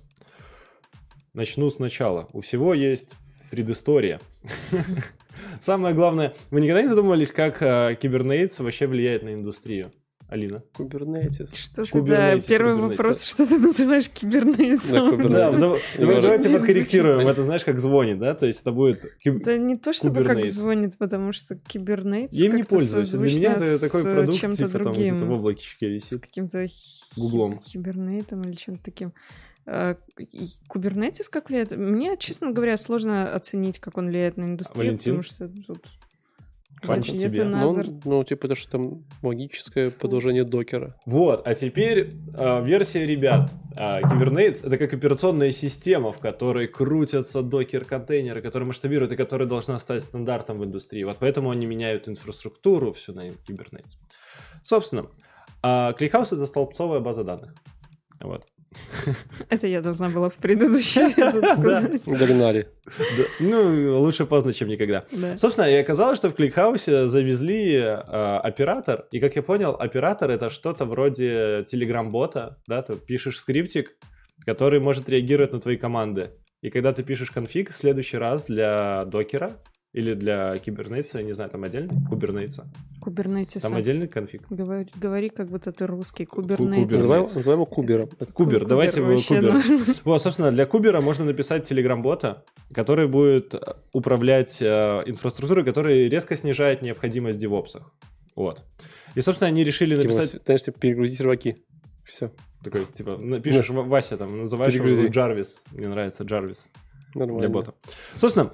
Начну сначала. У всего есть предыстория. Самое главное, вы никогда не задумывались, как э, Kubernetes вообще влияет на индустрию? Алина? Kubernetes. Что ты, Kubernetes, да, первый Kubernetes. вопрос, что ты называешь кибернетисом? Да, Kubernetes. Да, да, давай- Неважно. давайте Не подкорректируем. звучит. Это знаешь, как звонит, да? То есть это будет... киб- Да не то чтобы как Kubernetes. звонит, потому что кибернетис Я им не как-то пользуюсь. Для меня созвучно это такой с продукт, чем-то типа там другим. где-то в облачке С висит. каким-то хи- Гуглом. хибернетом или чем-то таким. А, и Кубернетис как влияет? Мне, честно говоря, сложно оценить, как он влияет на индустрию, Валентин? потому что тут... Пальчик Короче, тебе. это Ну, Назар. ну, типа, это же там логическое продолжение докера. Вот, а теперь э, версия ребят. Э, Kubernetes — это как операционная система, в которой крутятся докер-контейнеры, которые масштабируют и которая должна стать стандартом в индустрии. Вот поэтому они меняют инфраструктуру всю на Kubernetes. Собственно, э, ClickHouse — это столбцовая база данных. Вот. Это я должна была в предыдущий этот сказать. Догнали. Да, ну, лучше поздно, чем никогда. Да. Собственно, и оказалось, что в ClickHouse завезли э, оператор, и, как я понял, оператор — это что-то вроде телеграм-бота, да, ты пишешь скриптик, который может реагировать на твои команды. И когда ты пишешь конфиг, в следующий раз для докера или для Kubernetes, я не знаю, там отдельный Kubernetes, Кубернетис. там отдельный конфиг. Говори, говори, как будто ты русский. Кубер. Кубернетис. Называем, называем его кубером. Кубер, давайте его вообще Кубер. норм. Вот, собственно, для Кубера можно написать телеграм-бота, который будет управлять э, инфраструктурой, которая резко снижает необходимость в девопсах. Вот. И, собственно, они решили Типа, написать... знаешь, типа, перегрузить серваки. Все. Такой, типа, напишешь «Ва- Вася, там, называешь его Перегрузи. Джарвис. Мне нравится Джарвис Нормально. для бота. Собственно,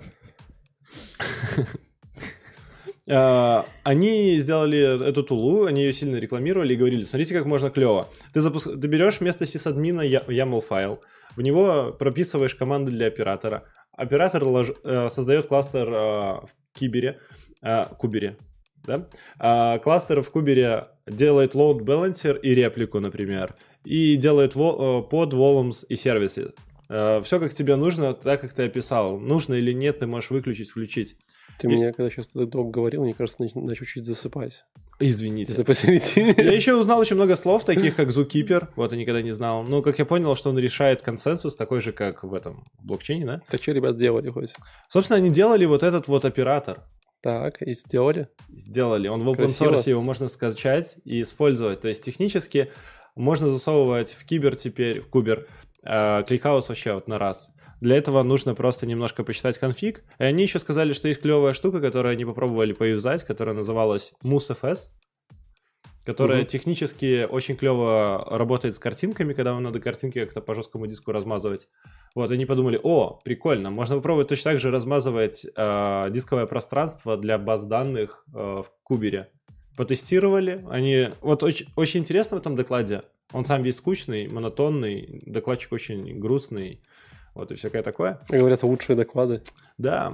э, они сделали эту тулу, они ее сильно рекламировали и говорили, смотрите, как можно клево. Ты, запуск... ты берешь вместо сисадмина я- YAML файл, в него прописываешь команды для оператора. Оператор лож... э, создает кластер э, в кибере, э, кубере. Да? А кластер в кубере делает load balancer и реплику, например, и делает во- э, под volumes и сервисы. Э, все как тебе нужно, так как ты описал. Нужно или нет, ты можешь выключить, включить. Ты И- меня, когда сейчас этот док говорил, мне кажется, нач- начал чуть засыпать. Извините. Это посередине. Я еще узнал очень много слов, таких как Zookeeper, вот я никогда не знал. Но как я понял, что он решает консенсус, такой же, как в этом в блокчейне, да? Так что, ребят, делали хоть? Собственно, они делали вот этот вот оператор. Так, и сделали. Сделали. Он в open Красиво. source, его можно скачать и использовать. То есть технически можно засовывать в кибер теперь, в кубер, э, ClickHouse вообще вот на раз. Для этого нужно просто немножко почитать конфиг. И они еще сказали, что есть клевая штука, которую они попробовали поюзать, которая называлась MouseFS, которая Мгм. технически очень клево работает с картинками, когда вам надо картинки как-то по жесткому диску размазывать. Вот, они подумали, о, прикольно, можно попробовать точно так же размазывать э, дисковое пространство для баз данных э, в кубере. Потестировали, они... Вот очень, очень интересно в этом докладе, он сам весь скучный, монотонный, докладчик очень грустный. Вот, и всякое такое. И говорят, лучшие доклады. Да,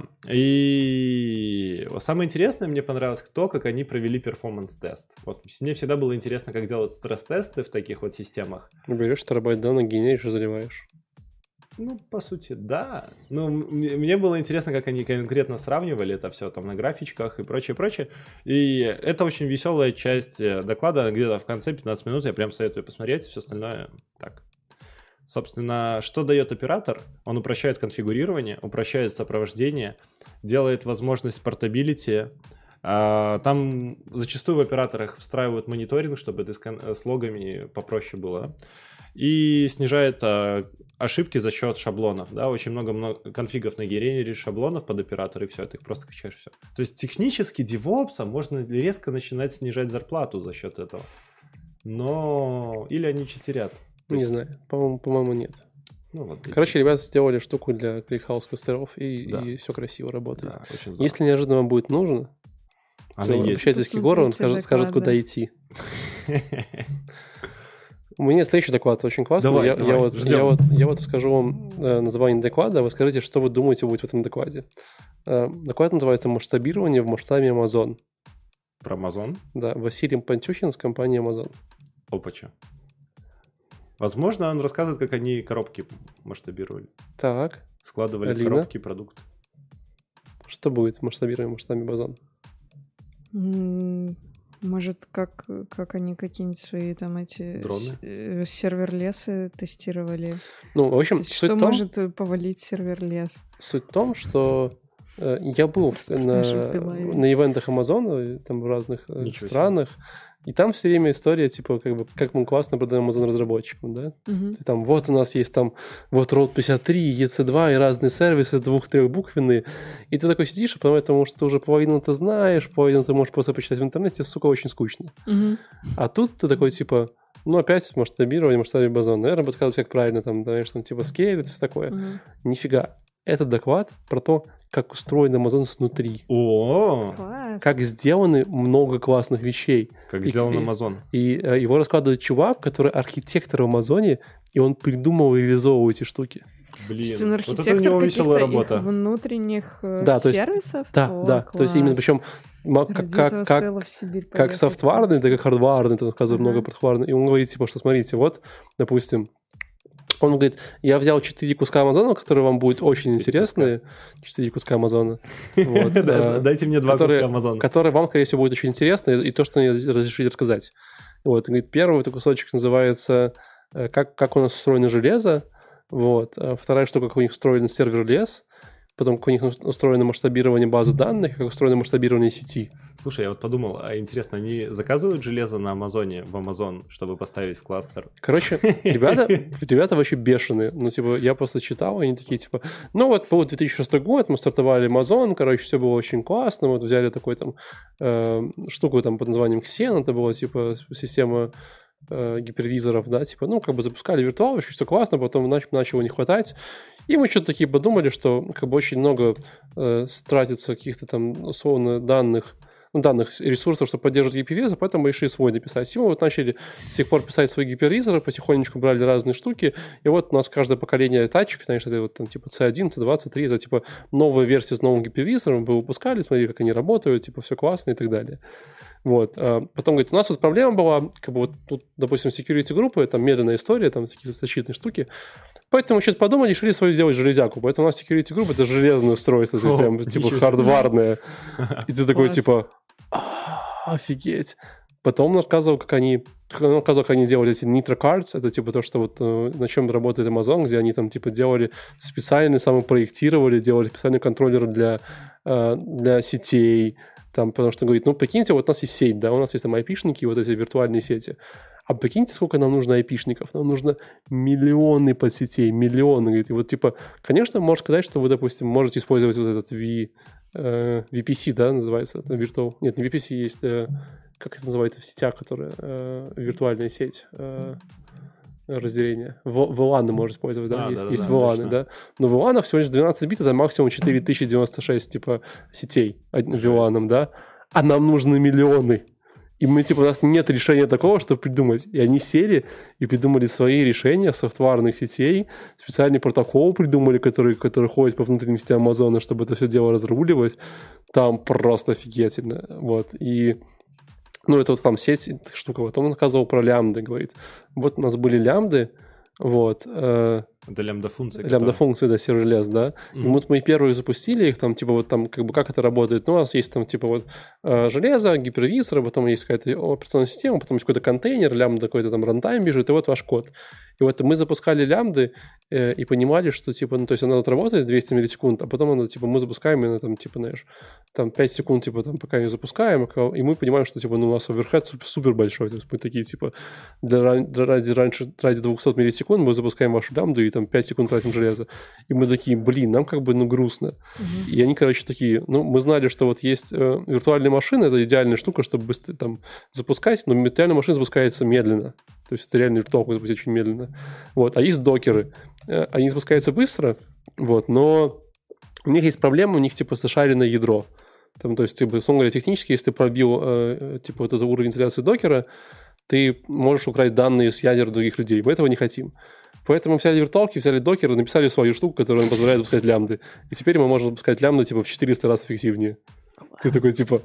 и самое интересное мне понравилось то, как они провели перформанс-тест. Вот мне всегда было интересно, как делать стресс-тесты в таких вот системах. Берешь терабайт данных, генеришь и заливаешь. Ну, по сути, да. Ну, мне было интересно, как они конкретно сравнивали это все там на графичках и прочее, прочее. И это очень веселая часть доклада, где-то в конце пятнадцать минут я прям советую посмотреть, все остальное так. Собственно, что дает оператор? Он упрощает конфигурирование, упрощает сопровождение, делает возможность портабилити. Там зачастую в операторах встраивают мониторинг, чтобы это с логами попроще было. И снижает ошибки за счет шаблонов. Да? Очень много, много конфигов на генере шаблонов под оператор, и все, ты их просто качаешь, все. То есть технически девопса можно резко начинать снижать зарплату за счет этого. Но... Или они читерят. Не есть... знаю, по-моему, по-моему нет. Ну, вот, Короче, ребята сделали штуку для кликхаус-кластеров, и, да. и все красиво работает. Да, очень здорово. Если неожиданно вам будет нужно, а то обращайтесь к Егору, он скажет, скажет, куда идти. У меня следующий доклад очень классный. Давай, я, давай, я, вот, я, вот, я вот скажу вам э, название доклада, вы скажите, что вы думаете будет в этом докладе. Э, доклад называется «Масштабирование в масштабе Amazon». Про Amazon? Да, Василий Пантюхин с компании Amazon. Опача. Возможно, он рассказывает, как они коробки масштабировали. Так. Складывали Алина? в коробки продукт. Что будет в масштабируемом масштабе Amazon? Mm, может, как, как они какие-нибудь свои там эти Дроны? С- сервер-лесы тестировали. Ну, в общем, что том, может повалить сервер-лес? Суть в том, что э, я был в, на, на ивентах Amazon, там в разных э, странах. И там все время история, типа, как бы, как мы классно продаем Amazon разработчикам, да? Uh-huh. Там, вот у нас есть там, вот Road пятьдесят три, и и си два, и разные сервисы двух-трехбуквенные. И ты такой сидишь, и потому что ты уже половину ты знаешь, половину ты можешь просто почитать в интернете, сука, очень скучно. Uh-huh. А тут ты такой, типа, ну, опять масштабирование, масштабе Amazon. Наверное, подсказывать, как правильно там, знаешь, там, типа, скейлит, все такое. Uh-huh. Нифига. Этот доклад про то, как устроен Amazon снутри. О, класс. Как сделаны много классных вещей. Как и, сделан и, Amazon. И, и его раскладывает чувак, который архитектор в Амазоне, и он придумал и реализовывал эти штуки. Блин, вот это у него веселая работа. Их внутренних да, сервисов? То есть, да, О, да. Класс. То есть именно причем как, как, как, как софтварный, так и хардварный, там оказывается uh-huh. много подхварный. И он говорит, типа, что смотрите, вот, допустим, он говорит, я взял четыре куска Амазона, которые вам будут очень интересны. четыре куска Амазона. Дайте мне два куска Амазона. Которые вам, скорее всего, будут очень интересны, и то, что они разрешили рассказать. Вот. Говорит, первый кусочек называется как, как у нас устроено железо. Вот. Вторая штука, как у них устроен сервер-лес. Потом, как у них устроено масштабирование базы данных, как устроено масштабирование сети. Слушай, я вот подумал, а интересно, они заказывают железо на Амазоне, в Амазон, чтобы поставить в кластер? Короче, ребята, ребята вообще бешеные. Ну, типа, я просто читал, они такие, типа, ну, вот был две тысячи шестой год, мы стартовали Амазон, короче, все было очень классно, вот взяли такой там э, штуку там под названием Xen, это была, типа, система э, гипервизоров, да, типа, ну, как бы запускали виртуалочку, все классно, потом нач- начало не хватать. И мы что-то такие подумали, что как бы очень много э, тратится каких-то там условно данных, ну, данных ресурсов, чтобы поддерживать гипервизор, поэтому мы решили свой написать. И мы вот начали с тех пор писать свои гипервизоры, потихонечку брали разные штуки, и вот у нас каждое поколение тачек, конечно, это вот там типа си один, си два, си три, это типа новая версия с новым гипервизором, мы выпускали, смотрели, как они работают, типа все классно и так далее. Вот. А потом, говорит, у нас вот проблема была, как бы вот тут, допустим, security группы, там медленная история, там какие-то защитные штуки. Поэтому что-то подумали, решили свою сделать железяку. Поэтому у нас security группа это железное устройство, это прям типа хардварное. И ты такой типа офигеть. Потом он рассказывал, как они, он рассказывал, как они делали эти Nitro Cards, это типа то, что вот на чем работает Amazon, где они там типа делали специальные, самопроектировали, делали специальные контроллеры для, для сетей, там, потому что говорит, ну, прикиньте, вот у нас есть сеть, да, у нас есть там айпишники, вот эти виртуальные сети. А прикиньте, сколько нам нужно айпишников. Нам нужно миллионы подсетей, миллионы. Говорит, и вот, типа, конечно, можно сказать, что вы, допустим, можете использовать вот этот v, э, ви пи си, да, называется, это Virtual... Нет, не ви пи си, есть, э, как это называется в сетях, которая э, виртуальная сеть, э, разделение. ви лан можно использовать, да, а, есть, да, есть да, ви лан, да. Но ви лан всего лишь двенадцать бит, это максимум четыре тысячи девяносто шесть, типа, сетей ви лан, да. А нам нужны миллионы. И мы, типа, у нас нет решения такого, чтобы придумать. И они сели и придумали свои решения софтварных сетей, специальный протокол придумали, который, который ходит по внутренним сетям Амазона, чтобы это все дело разруливать. Там просто офигительно. Вот. И, ну, это вот там сеть, штука. Вот он рассказывал про лямбды, говорит. Вот у нас были лямбды, вот. Э, это лямбда-функции. Лямбда-функции, да, серверлес, да. Mm-hmm. И вот мы первые запустили их, там, типа, вот там, как бы, как это работает. Ну, у нас есть там, типа, вот э, железо, гипервизор, потом есть какая-то операционная система, потом есть какой-то контейнер, лямбда какой-то там рантайм бежит, и вот ваш код. И вот мы запускали лямбды э, и понимали, что, типа, ну, то есть она вот работает двести миллисекунд, а потом она, типа, мы запускаем, и она там, типа, знаешь, там пять секунд, типа, там, пока ее запускаем, и мы понимаем, что, типа, ну, у нас оверхед супер, супер большой. То есть мы такие, типа, для, для, ради, раньше, ради двухсот миллисекунд мы запускаем вашу лямбду, и там пять секунд тратим железо. И мы такие, блин, нам как бы, ну, грустно. Uh-huh. И они, короче, такие, ну, мы знали, что вот есть э, виртуальные машины, это идеальная штука, чтобы быстрее там запускать, но виртуальная машина запускается медленно. То есть это реально виртуалку запустить очень медленно. Вот. А есть докеры. Они запускаются быстро, вот, но у них есть проблема, у них типа зашаренное ядро. Там, то есть, типа, условно говоря, технически, если ты пробил э, типа вот этот уровень инсталляции докера, ты можешь украсть данные с ядер других людей. Мы этого не хотим. Поэтому мы взяли виртуалки, взяли докеры, написали свою штуку, которая нам позволяет запускать лямбды. И теперь мы можем запускать лямбды типа в четыреста раз эффективнее. Класс. Ты такой типа...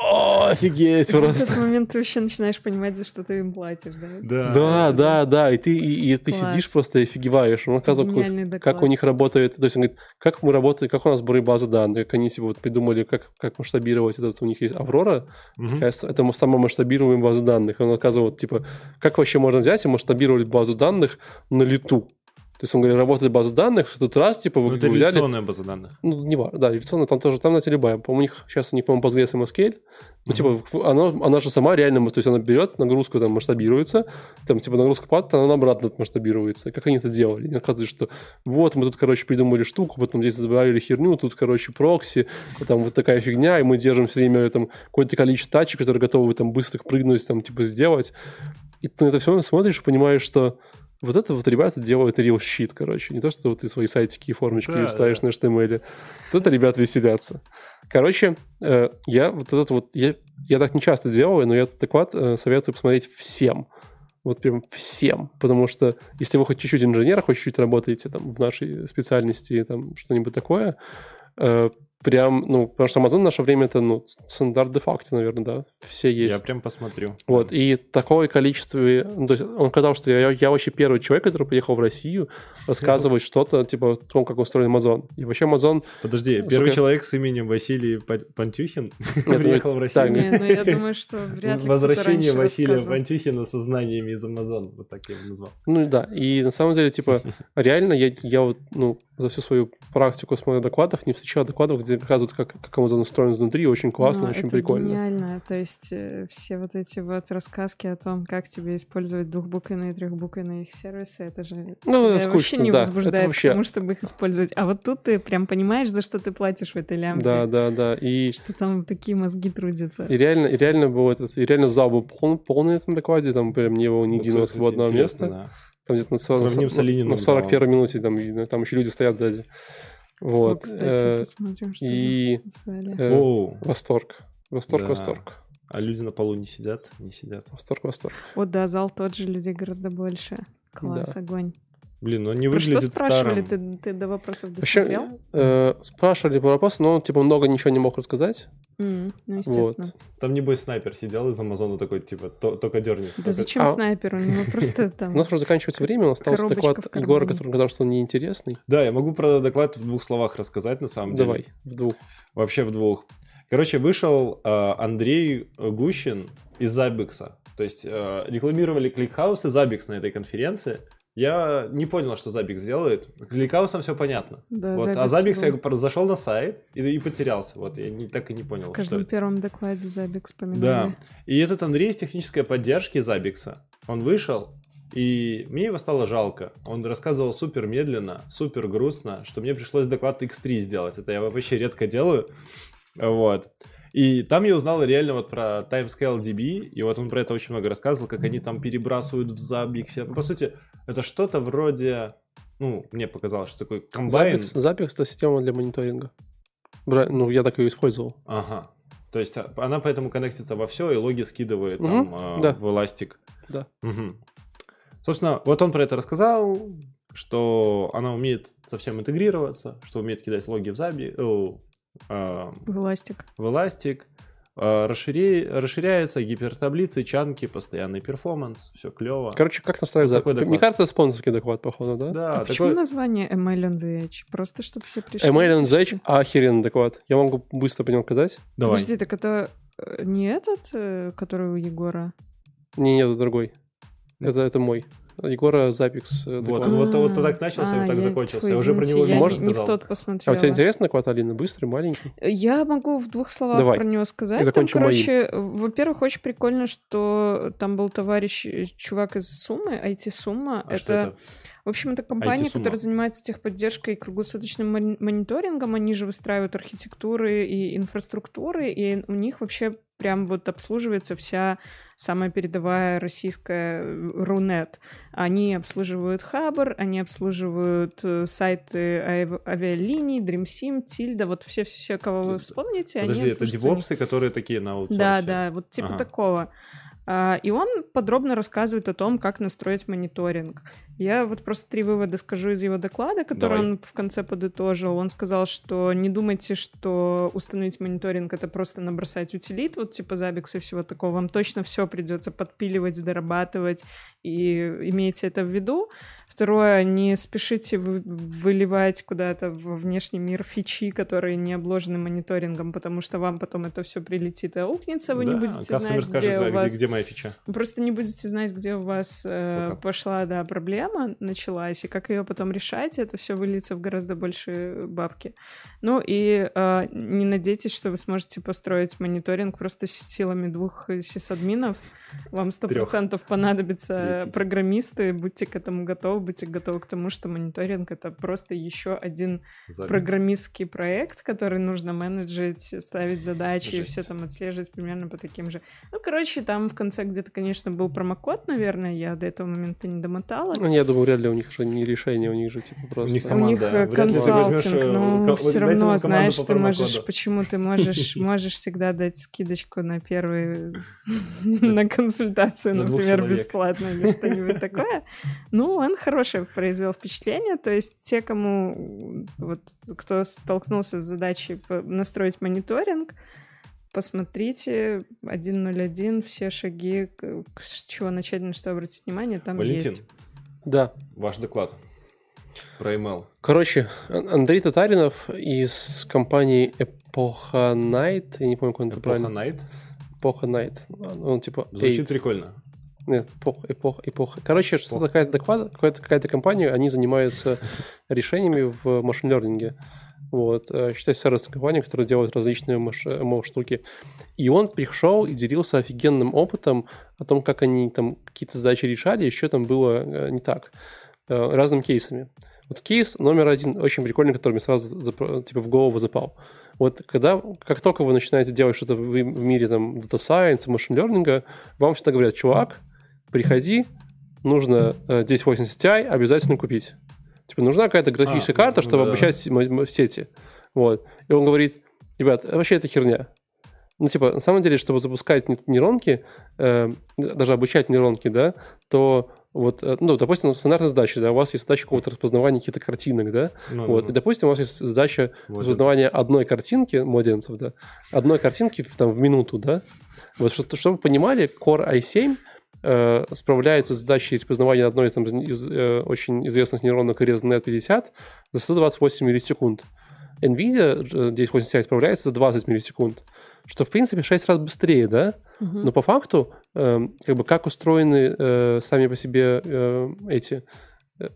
О, офигеть просто. В этот момент ты вообще начинаешь понимать, за что ты им платишь, да? Да, да, да, да. И ты, и, и ты сидишь просто и офигеваешь. Он рассказывал, как у них работает. То есть он говорит, как мы работаем, как у нас были базы данных, как они себе вот придумали, как, как масштабировать. Это вот у них есть Аврора, угу. такая, это самая масштабируемая база данных. Он рассказывал, типа, как вообще можно взять и масштабировать базу данных на лету. То есть он говорит, работает база данных, что тут раз, типа, вы, ну, это вы взяли... реляционная база данных. Ну, не важно, да, реляционная, там тоже, там, знаете, любая. По-моему, у них, сейчас у них, по-моему, Postgres и MySQL. Ну, mm-hmm. типа, она, она же сама реально, то есть она берет, нагрузку там масштабируется, там, типа, нагрузка падает, она обратно масштабируется. Как они это делали? Они оказывают, что вот, мы тут, короче, придумали штуку, потом здесь добавили херню, тут, короче, прокси, там вот такая фигня, и мы держим все время там какое-то количество тачек, которые готовы там быстро прыгнуть, там, типа, сделать. И ты на это все смотришь и понимаешь, что вот это вот ребята делают real shit, короче. Не то, что вот ты свои сайтики и формочки да, ставишь да. на эйч ти эм эл. Тут ребята веселятся. Короче, э, я вот этот вот... Я, я так не часто делаю, но я этот доклад э, советую посмотреть всем. Вот прям всем. Потому что если вы хоть чуть-чуть инженер, хоть чуть-чуть работаете там в нашей специальности, там что-нибудь такое, э, прям, ну, потому что Amazon в наше время это, ну, стандарт де-факто, наверное, да, все есть. Я прям посмотрю. Вот, и такое количество, ну, то есть он сказал, что я, я вообще первый человек, который приехал в Россию рассказывать что-то, типа, о том, как устроен Amazon. И вообще Amazon... Подожди, первый человек с именем Василий Пантюхин приехал в Россию? Не, ну, я думаю, что вряд ли Возвращение Василия Пантюхина со знаниями из Amazon, вот так я его назвал. Ну, да, и на самом деле, типа, реально я, я вот, ну, за всю свою практику смотрю докладов, не встречал докладов, где показывают, как, как Amazon устроен изнутри, очень классно, ну, очень это прикольно. Гениально, то есть э, все вот эти вот рассказки о том, как тебе использовать двухбуквенные и трехбуквенные их сервисы, это же ну, тебя это вообще скучно, не да, возбуждает вообще... к тому, чтобы их использовать. А вот тут ты прям понимаешь, за что ты платишь в этой лямбде. Да, да, да. И... Что там такие мозги трудятся. И реально, и реально был этот, и реально зал был пол, полный в этом докладе, там прям не было ни единого свободного места. Да. Там где-то на, сорок, на, на сорок первой минуте там, видно, там еще люди стоят сзади. Вот. Ну, кстати, посмотрим, что и э, восторг. Восторг, да. восторг. А люди на полу не сидят? Не сидят. Восторг, восторг. Вот да, зал тот же, людей гораздо больше. Класс, да. огонь. Блин, ну он не выглядит что спрашивали? старым. Ты, ты до вопросов досмотрел? Вообще, э, спрашивали по вопросу, но он типа много ничего не мог рассказать. Mm, ну, естественно. Вот. Там, небось, снайпер сидел из Амазона такой, типа, только дернись. Да только... зачем а... снайпер? У него просто там... У нас уже заканчивается время, у нас остался доклад Егора, который сказал, что он неинтересный. Да, я могу про доклад в двух словах рассказать, на самом деле. Давай, в двух. Вообще в двух. Короче, вышел э, Андрей Гущин из Zabbix. То есть э, рекламировали ClickHouse и Zabbix на этой конференции. Я не понял, что Zabbix делает. ClickHouse все понятно. Да, вот. Zabbix а Zabbix был... я зашел на сайт и, и потерялся. Вот. Я не, так и не понял, в каждом что первом докладе Zabbix вспоминали. Да. И этот Андрей из технической поддержки Zabbix. Он вышел, и мне его стало жалко. Он рассказывал супер медленно, супер грустно, что мне пришлось доклад икс три сделать. Это я вообще редко делаю. Вот. И там я узнал реально вот про Timescale ди би, и вот он про это очень много рассказывал, как они там перебрасывают в Zabbix. Ну, по сути, это что-то вроде, ну, мне показалось, что такой комбайн. Zabbix, Zabbix — это система для мониторинга. Ну, я так ее использовал. Ага. То То есть она поэтому коннектится во все и логи скидывает угу, там да. в Elastic. Да. Угу. Собственно, вот он про это рассказал, что она умеет совсем интегрироваться, что умеет кидать логи в Заби, о, э, в Elastic. В Elastic. Расширя... Расширяется, гипертаблицы, чанки, постоянный перформанс, все клево. Короче, как настраивать вот Zabbix? Мне кажется, спонсорский доклад, походу, да? Да. А такой... почему название эм эл on the Edge? Просто чтобы все пришли. эм эл on the Edge охеренный доклад. Я могу быстро по нему сказать. Давай. Подожди, так это не этот, который у Егора? Не, нет, это другой. Это, это мой. Егора Zabbix. Вот, вот, вот так начался, а, и вот так я, закончился. фу, я уже про него я может, не в сказал. тот посмотрела. А у тебя интересный доклад, Алина? Быстрый, маленький? Я могу в двух словах Давай. про него сказать. И закончим там, короче, моим. Во-первых, очень прикольно, что там был товарищ, чувак из Суммы, ай ти-Сумма. А это... что это? В общем, это компания, ай ти-Summa. которая занимается техподдержкой и круглосуточным мониторингом. Они же выстраивают архитектуры и инфраструктуры, и у них вообще прям вот обслуживается вся самая передовая российская Рунет. Они обслуживают Хабр, они обслуживают сайты авиалиний, DreamSim, Tilda, вот все-все, кого вы вспомните, Подожди, они это обслуживаются. девопсы, которые такие на аутсорсе? Да, да, вот типа ага. такого. И он подробно рассказывает о том, как настроить мониторинг. Я вот просто три вывода скажу из его доклада, который Давай. он в конце подытожил. Он сказал, что не думайте, что установить мониторинг — это просто набросать утилит, вот типа Zabbix и всего такого. Вам точно все придется подпиливать, дорабатывать, и имейте это в виду. Второе, не спешите вы, выливать куда-то во внешний мир фичи, которые не обложены мониторингом, потому что вам потом это все прилетит и аукнется, вы да, не будете знать, скажет, где да, у вас... Где, где моя фича? Вы просто не будете знать, где у вас э, пошла, да, проблема началась, и как ее потом решать, это все выльется в гораздо больше бабки. Ну и э, не надейтесь, что вы сможете построить мониторинг просто с силами двух сисадминов. Вам сто процентов понадобятся Третий. программисты, будьте к этому готовы, будьте готовы к тому, что мониторинг — это просто еще один Zabbix. Программистский проект, который нужно менеджить, ставить задачи Жесть. И все там отслеживать примерно по таким же. Ну, короче, там в конце где-то, конечно, был промокод, наверное, я до этого момента не домотала. Ну, я думаю, вряд ли у них же не решение, у них же типа просто... У них команда. У них консалтинг, но все равно, знаешь, ты можешь, почему ты можешь, можешь всегда дать скидочку на первый, на консультацию, например, бесплатно или что-нибудь такое. Ну, он хорошее произвел впечатление, то есть те, кому, вот, кто столкнулся с задачей настроить мониторинг, посмотрите один ноль один, все шаги, с чего начать, на что обратить внимание, там Валентин, есть. Да. Ваш доклад про email. Короче, Андрей Татаринов из компании Epocha Night, я не помню, как он это правильно. Epocha Night? Epocha Night. Он типа... Звучит eight. Прикольно. Нет, эпоха, эпоха, эпоха. Короче, что такая доклад, какая-то, какая-то компания, они занимаются решениями в машин-лернинге. Вот, считается сервисная компания, которая делает различные эм эл штуки. И он пришел и делился офигенным опытом о том, как они там какие-то задачи решали, еще там было не так, разными кейсами. Вот кейс номер один, очень прикольный, который мне сразу типа в голову запал. Вот когда, как только вы начинаете делать что-то в, в мире там data science, machine learning, вам всегда говорят: чувак, приходи, нужно десять восемьдесят Ti обязательно купить. Типа, нужна какая-то графическая а, карта, чтобы да. обучать сети. Вот. И он говорит: ребят, вообще это херня. Ну, типа, на самом деле, чтобы запускать нейронки, э, даже обучать нейронки, да, то вот, ну, допустим, стандартная задача, да, у вас есть задача какого-то распознавания каких-то картинок, да, ну, вот, ну. И, допустим, у вас есть задача Младенцев. распознавания одной картинки, младенцев, да, одной картинки там в минуту, да. Вот, что, чтобы вы понимали, Core ай семь э, справляется с задачей распознавания одной из, там, из э, очень известных нейронок ResNet пятьдесят за сто двадцать восемь миллисекунд. NVIDIA десять восемьдесят справляется за двадцать миллисекунд, что, в принципе, шесть раз быстрее, да? Uh-huh. Но по факту, э, как бы, как устроены э, сами по себе э, эти э,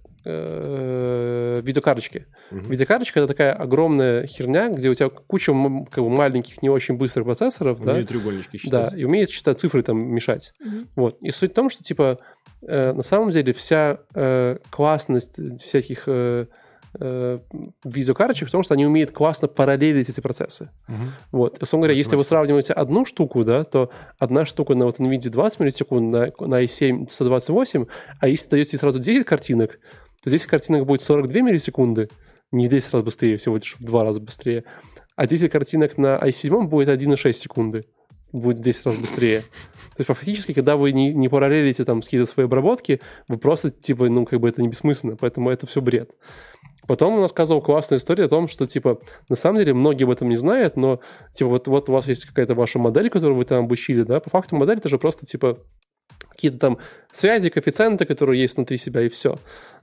э, видеокарточки. Uh-huh. Видеокарточка — это такая огромная херня, где у тебя куча как бы, маленьких, не очень быстрых процессоров, умеет да? треугольнички считать. Да, и умеет считать цифры, там, мешать. Uh-huh. Вот. И суть в том, что, типа, э, на самом деле вся э, классность всяких... Э, видеокарточек, потому что они умеют классно параллелить эти процессы. Uh-huh. Вот. И, собственно говоря, если вы сравниваете одну штуку, да, то одна штука на вот NVIDIA двадцать миллисекунд, на, на ай семь сто двадцать восемь, а если даете сразу десять картинок, то десять картинок будет сорок две миллисекунды, не в десять раз быстрее, всего лишь в два раза быстрее. а десять картинок на ай семь будет один и шесть секунды. Будет в десять раз быстрее. То есть, фактически, когда вы не, не параллелите там какие-то свои обработки, вы просто, типа, ну, как бы это не бессмысленно, поэтому это все бред. Потом он рассказывал классную историю о том, что, типа, на самом деле многие об этом не знают, но, типа, вот, вот у вас есть какая-то ваша модель, которую вы там обучили, да, по факту модель это же просто, типа, какие-то там связи, коэффициенты, которые есть внутри себя, и все.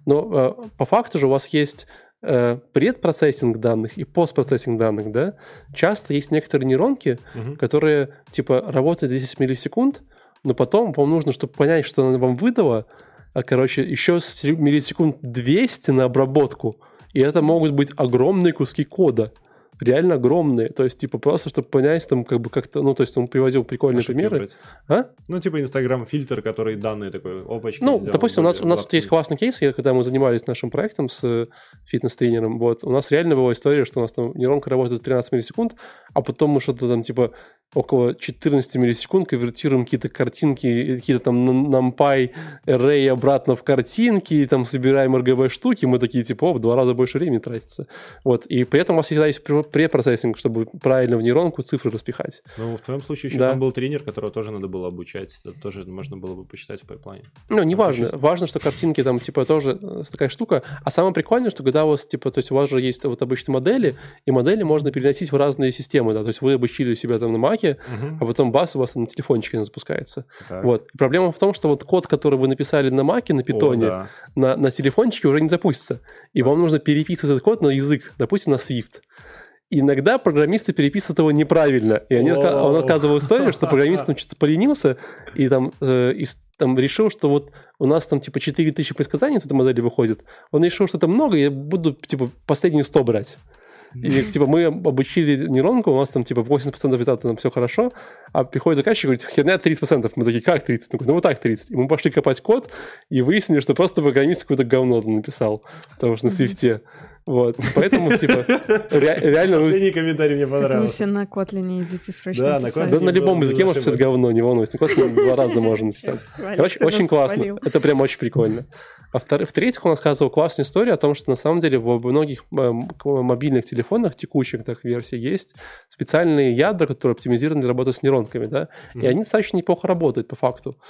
Но э, по факту же у вас есть э, предпроцессинг данных и постпроцессинг данных, да. Часто есть некоторые нейронки, угу. которые, типа, работают десять миллисекунд, но потом вам нужно, чтобы понять, что она вам выдала, а, короче, еще миллисекунд двести на обработку. И это могут быть огромные куски кода. Реально огромные. То есть, типа, просто, чтобы понять, там, как бы как-то... Ну, то есть, он приводил прикольные Ошибки примеры. брать. А? Ну, типа, Инстаграм-фильтр, который данные такой, опачки. Ну, допустим, у нас, у нас тут есть классный кейс, когда мы занимались нашим проектом с фитнес-тренером, вот, у нас реально была история, что у нас там нейронка работает за тринадцать миллисекунд, а потом мы что-то там, типа, около четырнадцать миллисекунд конвертируем какие-то картинки, какие-то там NumPy array обратно в картинки, и там собираем эр джи би-штуки, мы такие, типа, о, в два раза больше времени тратится. Вот, и при этом у вас всегда есть препроцессинг, чтобы правильно в нейронку цифры распихать. Ну, в твоем случае еще да. там был тренер, которого тоже надо было обучать, это тоже можно было бы посчитать в пайплайне. Ну, не важно. Важно, что картинки там, типа, тоже такая штука. А самое прикольное, что когда у вас, типа, то есть у вас же есть вот обычные модели, и модели можно переносить в разные системы, да, то есть вы обучили себя там на Маке, uh-huh. а потом бас, у вас на телефончике запускается. Так. Вот. И проблема в том, что вот код, который вы написали на Маке, на питоне, О, да. на, на телефончике уже не запустится. И вам нужно переписывать этот код на язык, допустим, на Swift. Иногда программисты переписывают его неправильно. И они, он рассказывал историю, что программист там что-то поленился и там, э, и, там решил, что вот у нас там типа четыре тысячи предсказаний с этой модели выходит. Он решил, что это много, и я буду типа последние сто брать. И типа мы обучили нейронку, у нас там типа восемьдесят процентов результата, там все хорошо, а приходит заказчик и говорит, херня тридцать процентов. Мы такие, как тридцать процентов? Ну вот так тридцать процентов. И мы пошли копать код и выяснили, что просто программист какое-то говно написал, потому что на свифте. Вот, поэтому, типа, ре- реально... Последний комментарий мне понравился. Поэтому все на Kotlin не идите срочно да, писать. На да, на любом языке можно писать говно, не волнуйся. На Kotlin два раза можно написать. Очень, очень классно. Спалил. Это прям очень прикольно. А в-третьих, он рассказывал классную историю о том, что на самом деле в многих мобильных телефонах, текущих так версий, есть специальные ядра, которые оптимизированы для работы с нейронками, да, mm-hmm. и они достаточно неплохо работают по факту.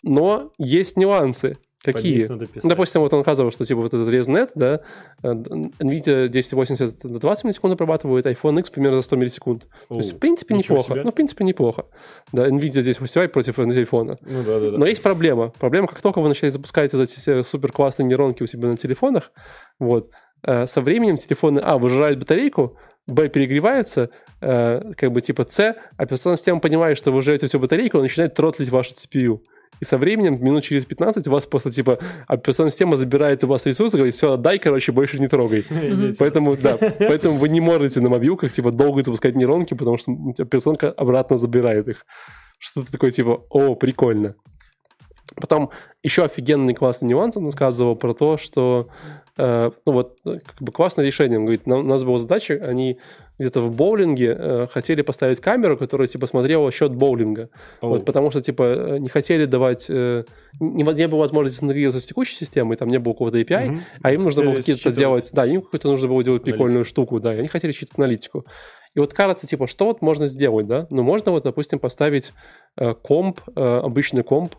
Но есть нюансы. Какие? Ну, допустим, вот он указывал, что типа вот этот ResNet, да, NVIDIA десять восемьдесят до двадцать миллисекунд обрабатывает, iPhone X примерно за сто миллисекунд. О, то есть, в принципе, неплохо. Себе. Ну, в принципе, неплохо. Да, NVIDIA здесь выступает против iPhone. Ну, да, да, да. Но есть проблема. Проблема, как только вы начинаете запускать вот эти все супер классные нейронки у себя на телефонах, вот, со временем телефоны, а, выжирают батарейку, б, перегреваются, э, как бы типа С, операционная система понимает, что вы жрете всю батарейку, он начинает тротлить вашу си пи ю. И со временем, минут через пятнадцать, у вас просто, типа, операционная система забирает у вас ресурсы, говорит, все, отдай, короче, больше не трогай. Поэтому, да, поэтому вы не можете на мобилках, типа, долго запускать нейронки, потому что операционка обратно забирает их. Что-то такое, типа, о, прикольно. Потом еще офигенный классный нюанс он рассказывал про то, что, э, ну вот, как бы классное решение. Он говорит, у нас была задача, они где-то в боулинге э, хотели поставить камеру, которая, типа, смотрела счет боулинга. Oh. Вот, потому что, типа, не хотели давать... Э, не, не было возможности интегрироваться с текущей системой, там не было какого-то эй пи ай, mm-hmm. а им нужно было какие-то делать... Да, им какую-то нужно было делать прикольную аналитику. штуку, да, и они хотели считать аналитику. И вот кажется, типа, что вот можно сделать, да? Ну, можно вот, допустим, поставить э, комп, э, обычный комп,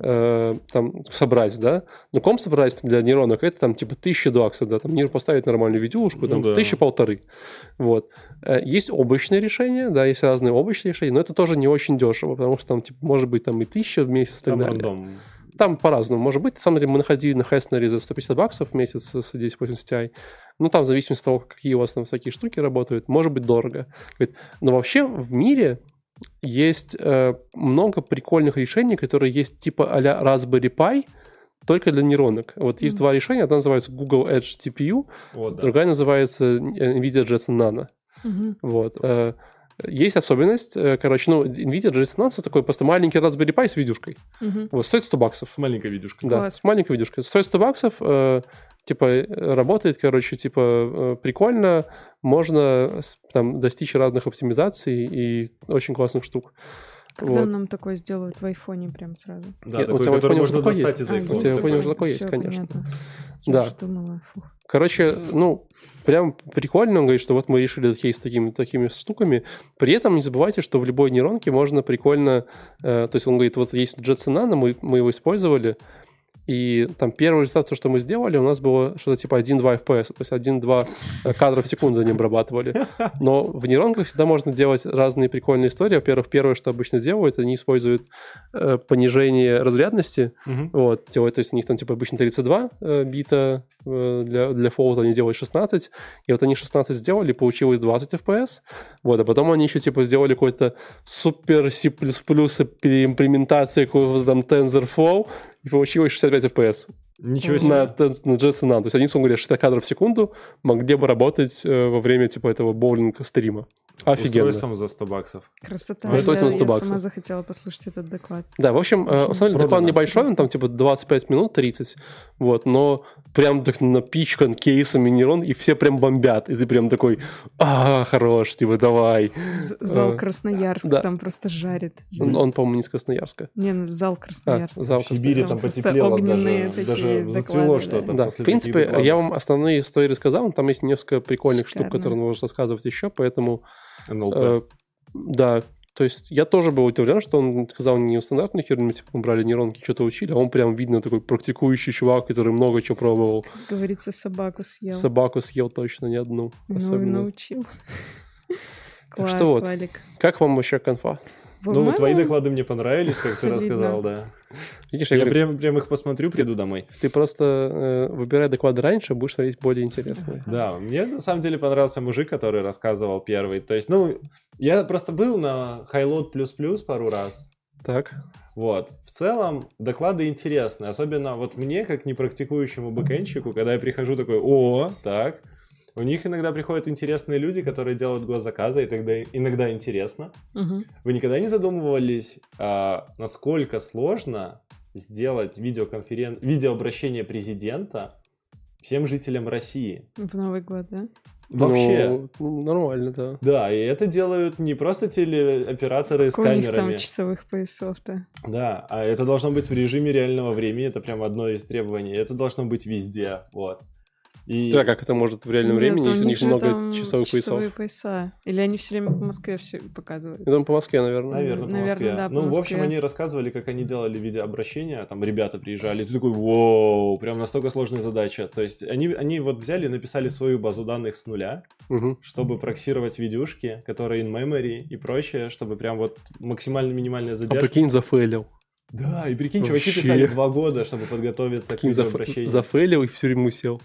там собрать, да, но комп собрать для нейронок это там типа тысяча баксов, да, там не поставить нормальную видюшку, там ну, да. тысяча полторы, вот. Есть облачные решения, да, есть разные облачные решения, но это тоже не очень дешево, потому что там, типа, может быть, там и тысяча в месяц и так далее. Рандом. Там по-разному, может быть, на самом деле мы находили на Хеснере за сто пятьдесят баксов в месяц с десять восемьдесят Ti, ну, там в зависимости от того, какие у вас там всякие штуки работают, может быть дорого, но вообще в мире есть э, много прикольных решений, которые есть типа а-ля Raspberry Pi, только для нейронок. Вот mm-hmm. есть два решения. Одна называется Google Edge ти пи ю, О, да. другая называется NVIDIA Jetson Nano. Mm-hmm. Вот. Э, есть особенность. Э, короче, ну, NVIDIA Jetson Nano это такой просто маленький Raspberry Pi с видюшкой. Mm-hmm. Вот, стоит сто баксов. С маленькой видюшкой. Да, Класс. с маленькой видюшкой. Стоит сто баксов. Э, типа, работает, короче, типа, прикольно. Можно там достичь разных оптимизаций и очень классных штук. Когда Вот. нам такое сделают в айфоне прям сразу? Да, Нет, такой, у тебя в который айфоне можно уже такой достать есть. из А, айфона. У тебя в айфоне такой. уже такое есть, Всё, конечно. понятно. Я Да. уж думала, фух. Короче, ну, прям прикольно, он говорит, что вот мы решили этот кейс с такими, такими штуками. При этом не забывайте, что в любой нейронке можно прикольно... Э, то есть он говорит, вот есть Jetson Nano, мы, мы его использовали, и там первый результат, то, что мы сделали, у нас было что-то типа один-два эф пи эс, то есть один-два кадра в секунду они обрабатывали. Но в нейронках всегда можно делать разные прикольные истории. Во-первых, первое, что обычно делают, они используют э, понижение разрядности. Мгм. Вот, делают, то есть у них там типа обычно тридцать два э, бита э, для, для фолта, они делают шестнадцать, и вот они шестнадцать сделали, получилось двадцать эф пи эс, вот, а потом они еще типа сделали какой-то супер C++ переимплементации какого-то там TensorFlow, и получилось шестьдесят пять эф пи эс Ничего себе. на, на Jetson Nano. То есть они, условно говоря, шестьдесят кадров в секунду могли бы работать э, во время типа этого боулинг-стрима. Офигенно. Устройством за сто баксов. Красота. Ну, то есть Я, он сто я баксов. сама захотела послушать этот доклад. Да, в общем, э, Очень основной доклад продано. небольшой, он там типа двадцать пять минут, тридцать, вот, но прям так напичкан кейсами нейрон, и все прям бомбят, и ты прям такой, а, хорош, типа, давай. З- Зал Э, Красноярск да. там просто жарит. Он, он, по-моему, не из Красноярска. Не, ну зал Красноярск. А, зал В Сибири Там там просто потеплело огненные даже, такие даже доклады, зацвело да. что-то. Да, после в принципе, таких докладов. я вам основные истории рассказал, там есть несколько прикольных штук, Шикарно. которые можно рассказывать еще, поэтому, эн эл пи. э, да, то есть я тоже был удивлен, что он сказал не стандартную херню, типа мы брали нейронки, что-то учили, а он прям, видно, такой практикующий чувак, который много чего пробовал. Как говорится, собаку съел. Собаку съел точно не одну. Ну и Особенно. научил. Класс, что вот. Валик. Как вам вообще конфа? Ну, По-моему, твои доклады мне понравились, как ты солидно. рассказал, да. Видишь, я, Я говорю, прям, прям их посмотрю, приду домой. ты просто э, выбирай доклады раньше, будешь смотреть более интересные. Да, мне на самом деле понравился мужик, который рассказывал первый. То есть, ну, я просто был на Highload++ пару раз. Так. Вот. В целом, доклады интересные. Особенно вот мне, как непрактикующему бэкэндщику, когда я прихожу такой, о, так. У них иногда приходят интересные люди, которые делают госзаказы, и тогда иногда интересно. Мгм. Вы никогда не задумывались, а, насколько сложно сделать видеоконферен... видеообращение президента всем жителям России? В Новый год, да? Вообще. Ну, нормально, да. Да, и это делают не просто телеоператоры Сколько с у них там камерами. часовых поясов-то? Да, а это должно быть в режиме реального времени, это прям одно из требований. Это должно быть везде, вот. И... Да, как это может в реальном Нет, времени, у если у них них же много там часовых часовые поясов? пояса. Или они все время по Москве все показывают? Я думаю, по Москве, наверное. Наверное, по Наверное, Москве. да, по ну, в Москве. общем, они рассказывали, как они делали видеообращение, там ребята приезжали, и ты такой, воу, прям настолько сложная задача. То есть они, они вот взяли и написали свою базу данных с нуля, Мгм. чтобы проксировать видюшки, которые in-memory и прочее, чтобы прям вот максимально минимальная А задержка. прикинь, зафейлил. Да, и прикинь, чуваки Вообще. писали два года, чтобы подготовиться к Прикинь, заф- видеообращению. зафейлил и в тюрьму сел.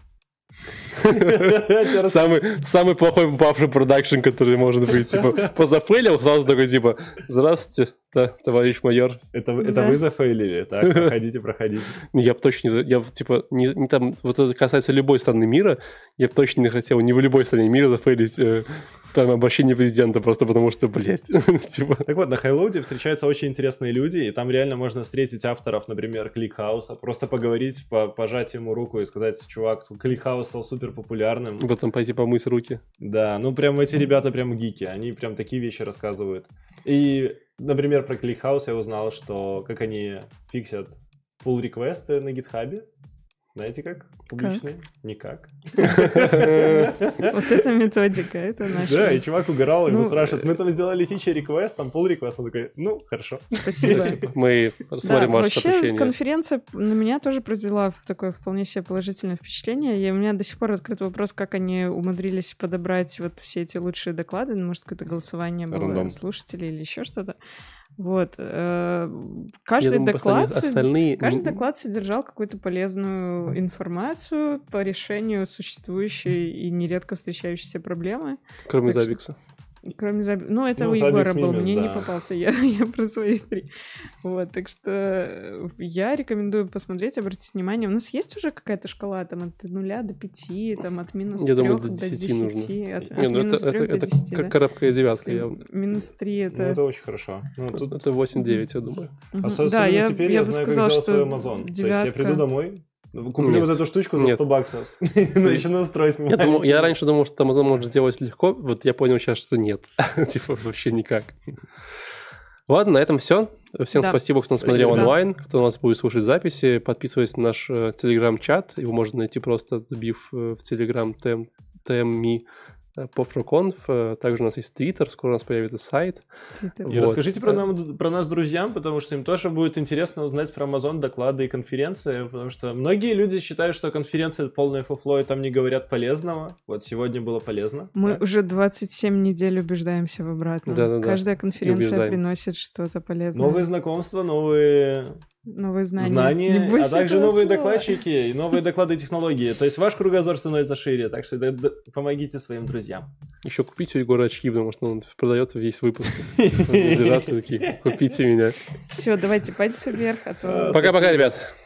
Самый, самый плохой попавший продакшн, который может быть. Типа, позафейлил, сразу такой, типа, здравствуйте, да, товарищ майор. Это, вы- это Да. вы зафейлили, так, проходите, проходите. Не, Я бы точно не... за- Я, б, типа, не, не там... Вот это касается любой страны мира. Я бы точно не хотел ни в любой стране мира зафейлить э, там обращение президента, просто потому что, блядь, типа... Так вот, на Хайлоуде встречаются очень интересные люди, и там реально можно встретить авторов, например, Кликхауса, просто поговорить, по- пожать ему руку и сказать, чувак, Кликхаус стал супер популярным. Потом пойти помыть руки. Да, ну прям эти ребята прям гики, они прям такие вещи рассказывают. И, например, про Кликхаус я узнал, что как они фиксят pull-реквесты на гитхабе. Знаете как? Публичные? Никак. Вот эта методика, это наша. Да, и чувак угорал, ему Ну, спрашивают, мы там сделали фичи-реквест, там pull-реквест, он такой, ну, хорошо. Спасибо. Мы Да, смотрим ваше вообще сообщение. конференция на меня тоже произвела в- такое вполне себе положительное впечатление. И у меня до сих пор открыт вопрос, как они умудрились подобрать вот все эти лучшие доклады. Ну, может, какое-то голосование было Рандом. слушателей или еще что-то. Вот. э, Я Каждый думаю, доклад... остальные- сод- остальные... Каждый доклад содержал какую-то полезную информацию по решению существующей и нередко встречающейся проблемы. Кроме так что- Забикса. Кроме Заби... Ну, это Ну, у Егора Забикс был, Мимес, мне не да. попался, я, я про свои три. Вот, так что э, я рекомендую посмотреть, обратить внимание. У нас есть уже какая-то шкала там от нуля до пяти, там от минус Я трех думаю, до до десяти нужно. десяти, от, Не, от ну минус это, трех это, до это десяти, как да? коробка девятка. Если Я... Минус три Ну, это... это очень хорошо. Ну, тут... Это восемь-девять, я думаю. Мгм. Особенно Да, я, теперь я я, бы знаю, сказала, как сделать что свой Amazon. девятка... То есть я приду домой, куплю Нет. вот эту штучку за Нет. сто баксов и начну строить Я, думал, я раньше думал, что Amazon может сделать легко, вот я понял сейчас, что нет. Типа вообще никак. Ладно, на этом все. Всем да. спасибо, кто нас смотрел онлайн, кто нас будет слушать записи. Подписывайтесь на наш э, телеграм-чат. Его можно найти просто, забив э, в телеграм тэ эм ми PopRoConf. Также у нас есть Твиттер, скоро у нас появится сайт. Вот. И расскажите про, нам, про нас друзьям, потому что им тоже будет интересно узнать про Amazon, доклады и конференции, потому что многие люди считают, что конференция — это полное фуфло, и там не говорят полезного. Вот сегодня было полезно. Мы да? уже двадцать семь недель убеждаемся в обратном. Да, да, Каждая да. конференция приносит что-то полезное. Новые знакомства, новые... Новые знания, знания а также новые слова. Докладчики и новые доклады и технологии. То есть ваш кругозор становится шире, так что помогите своим друзьям. Еще купите у Егора очки, потому что он продает весь выпуск. Лежат такие, купите меня. Все, давайте пальцы вверх. Пока-пока, ребят.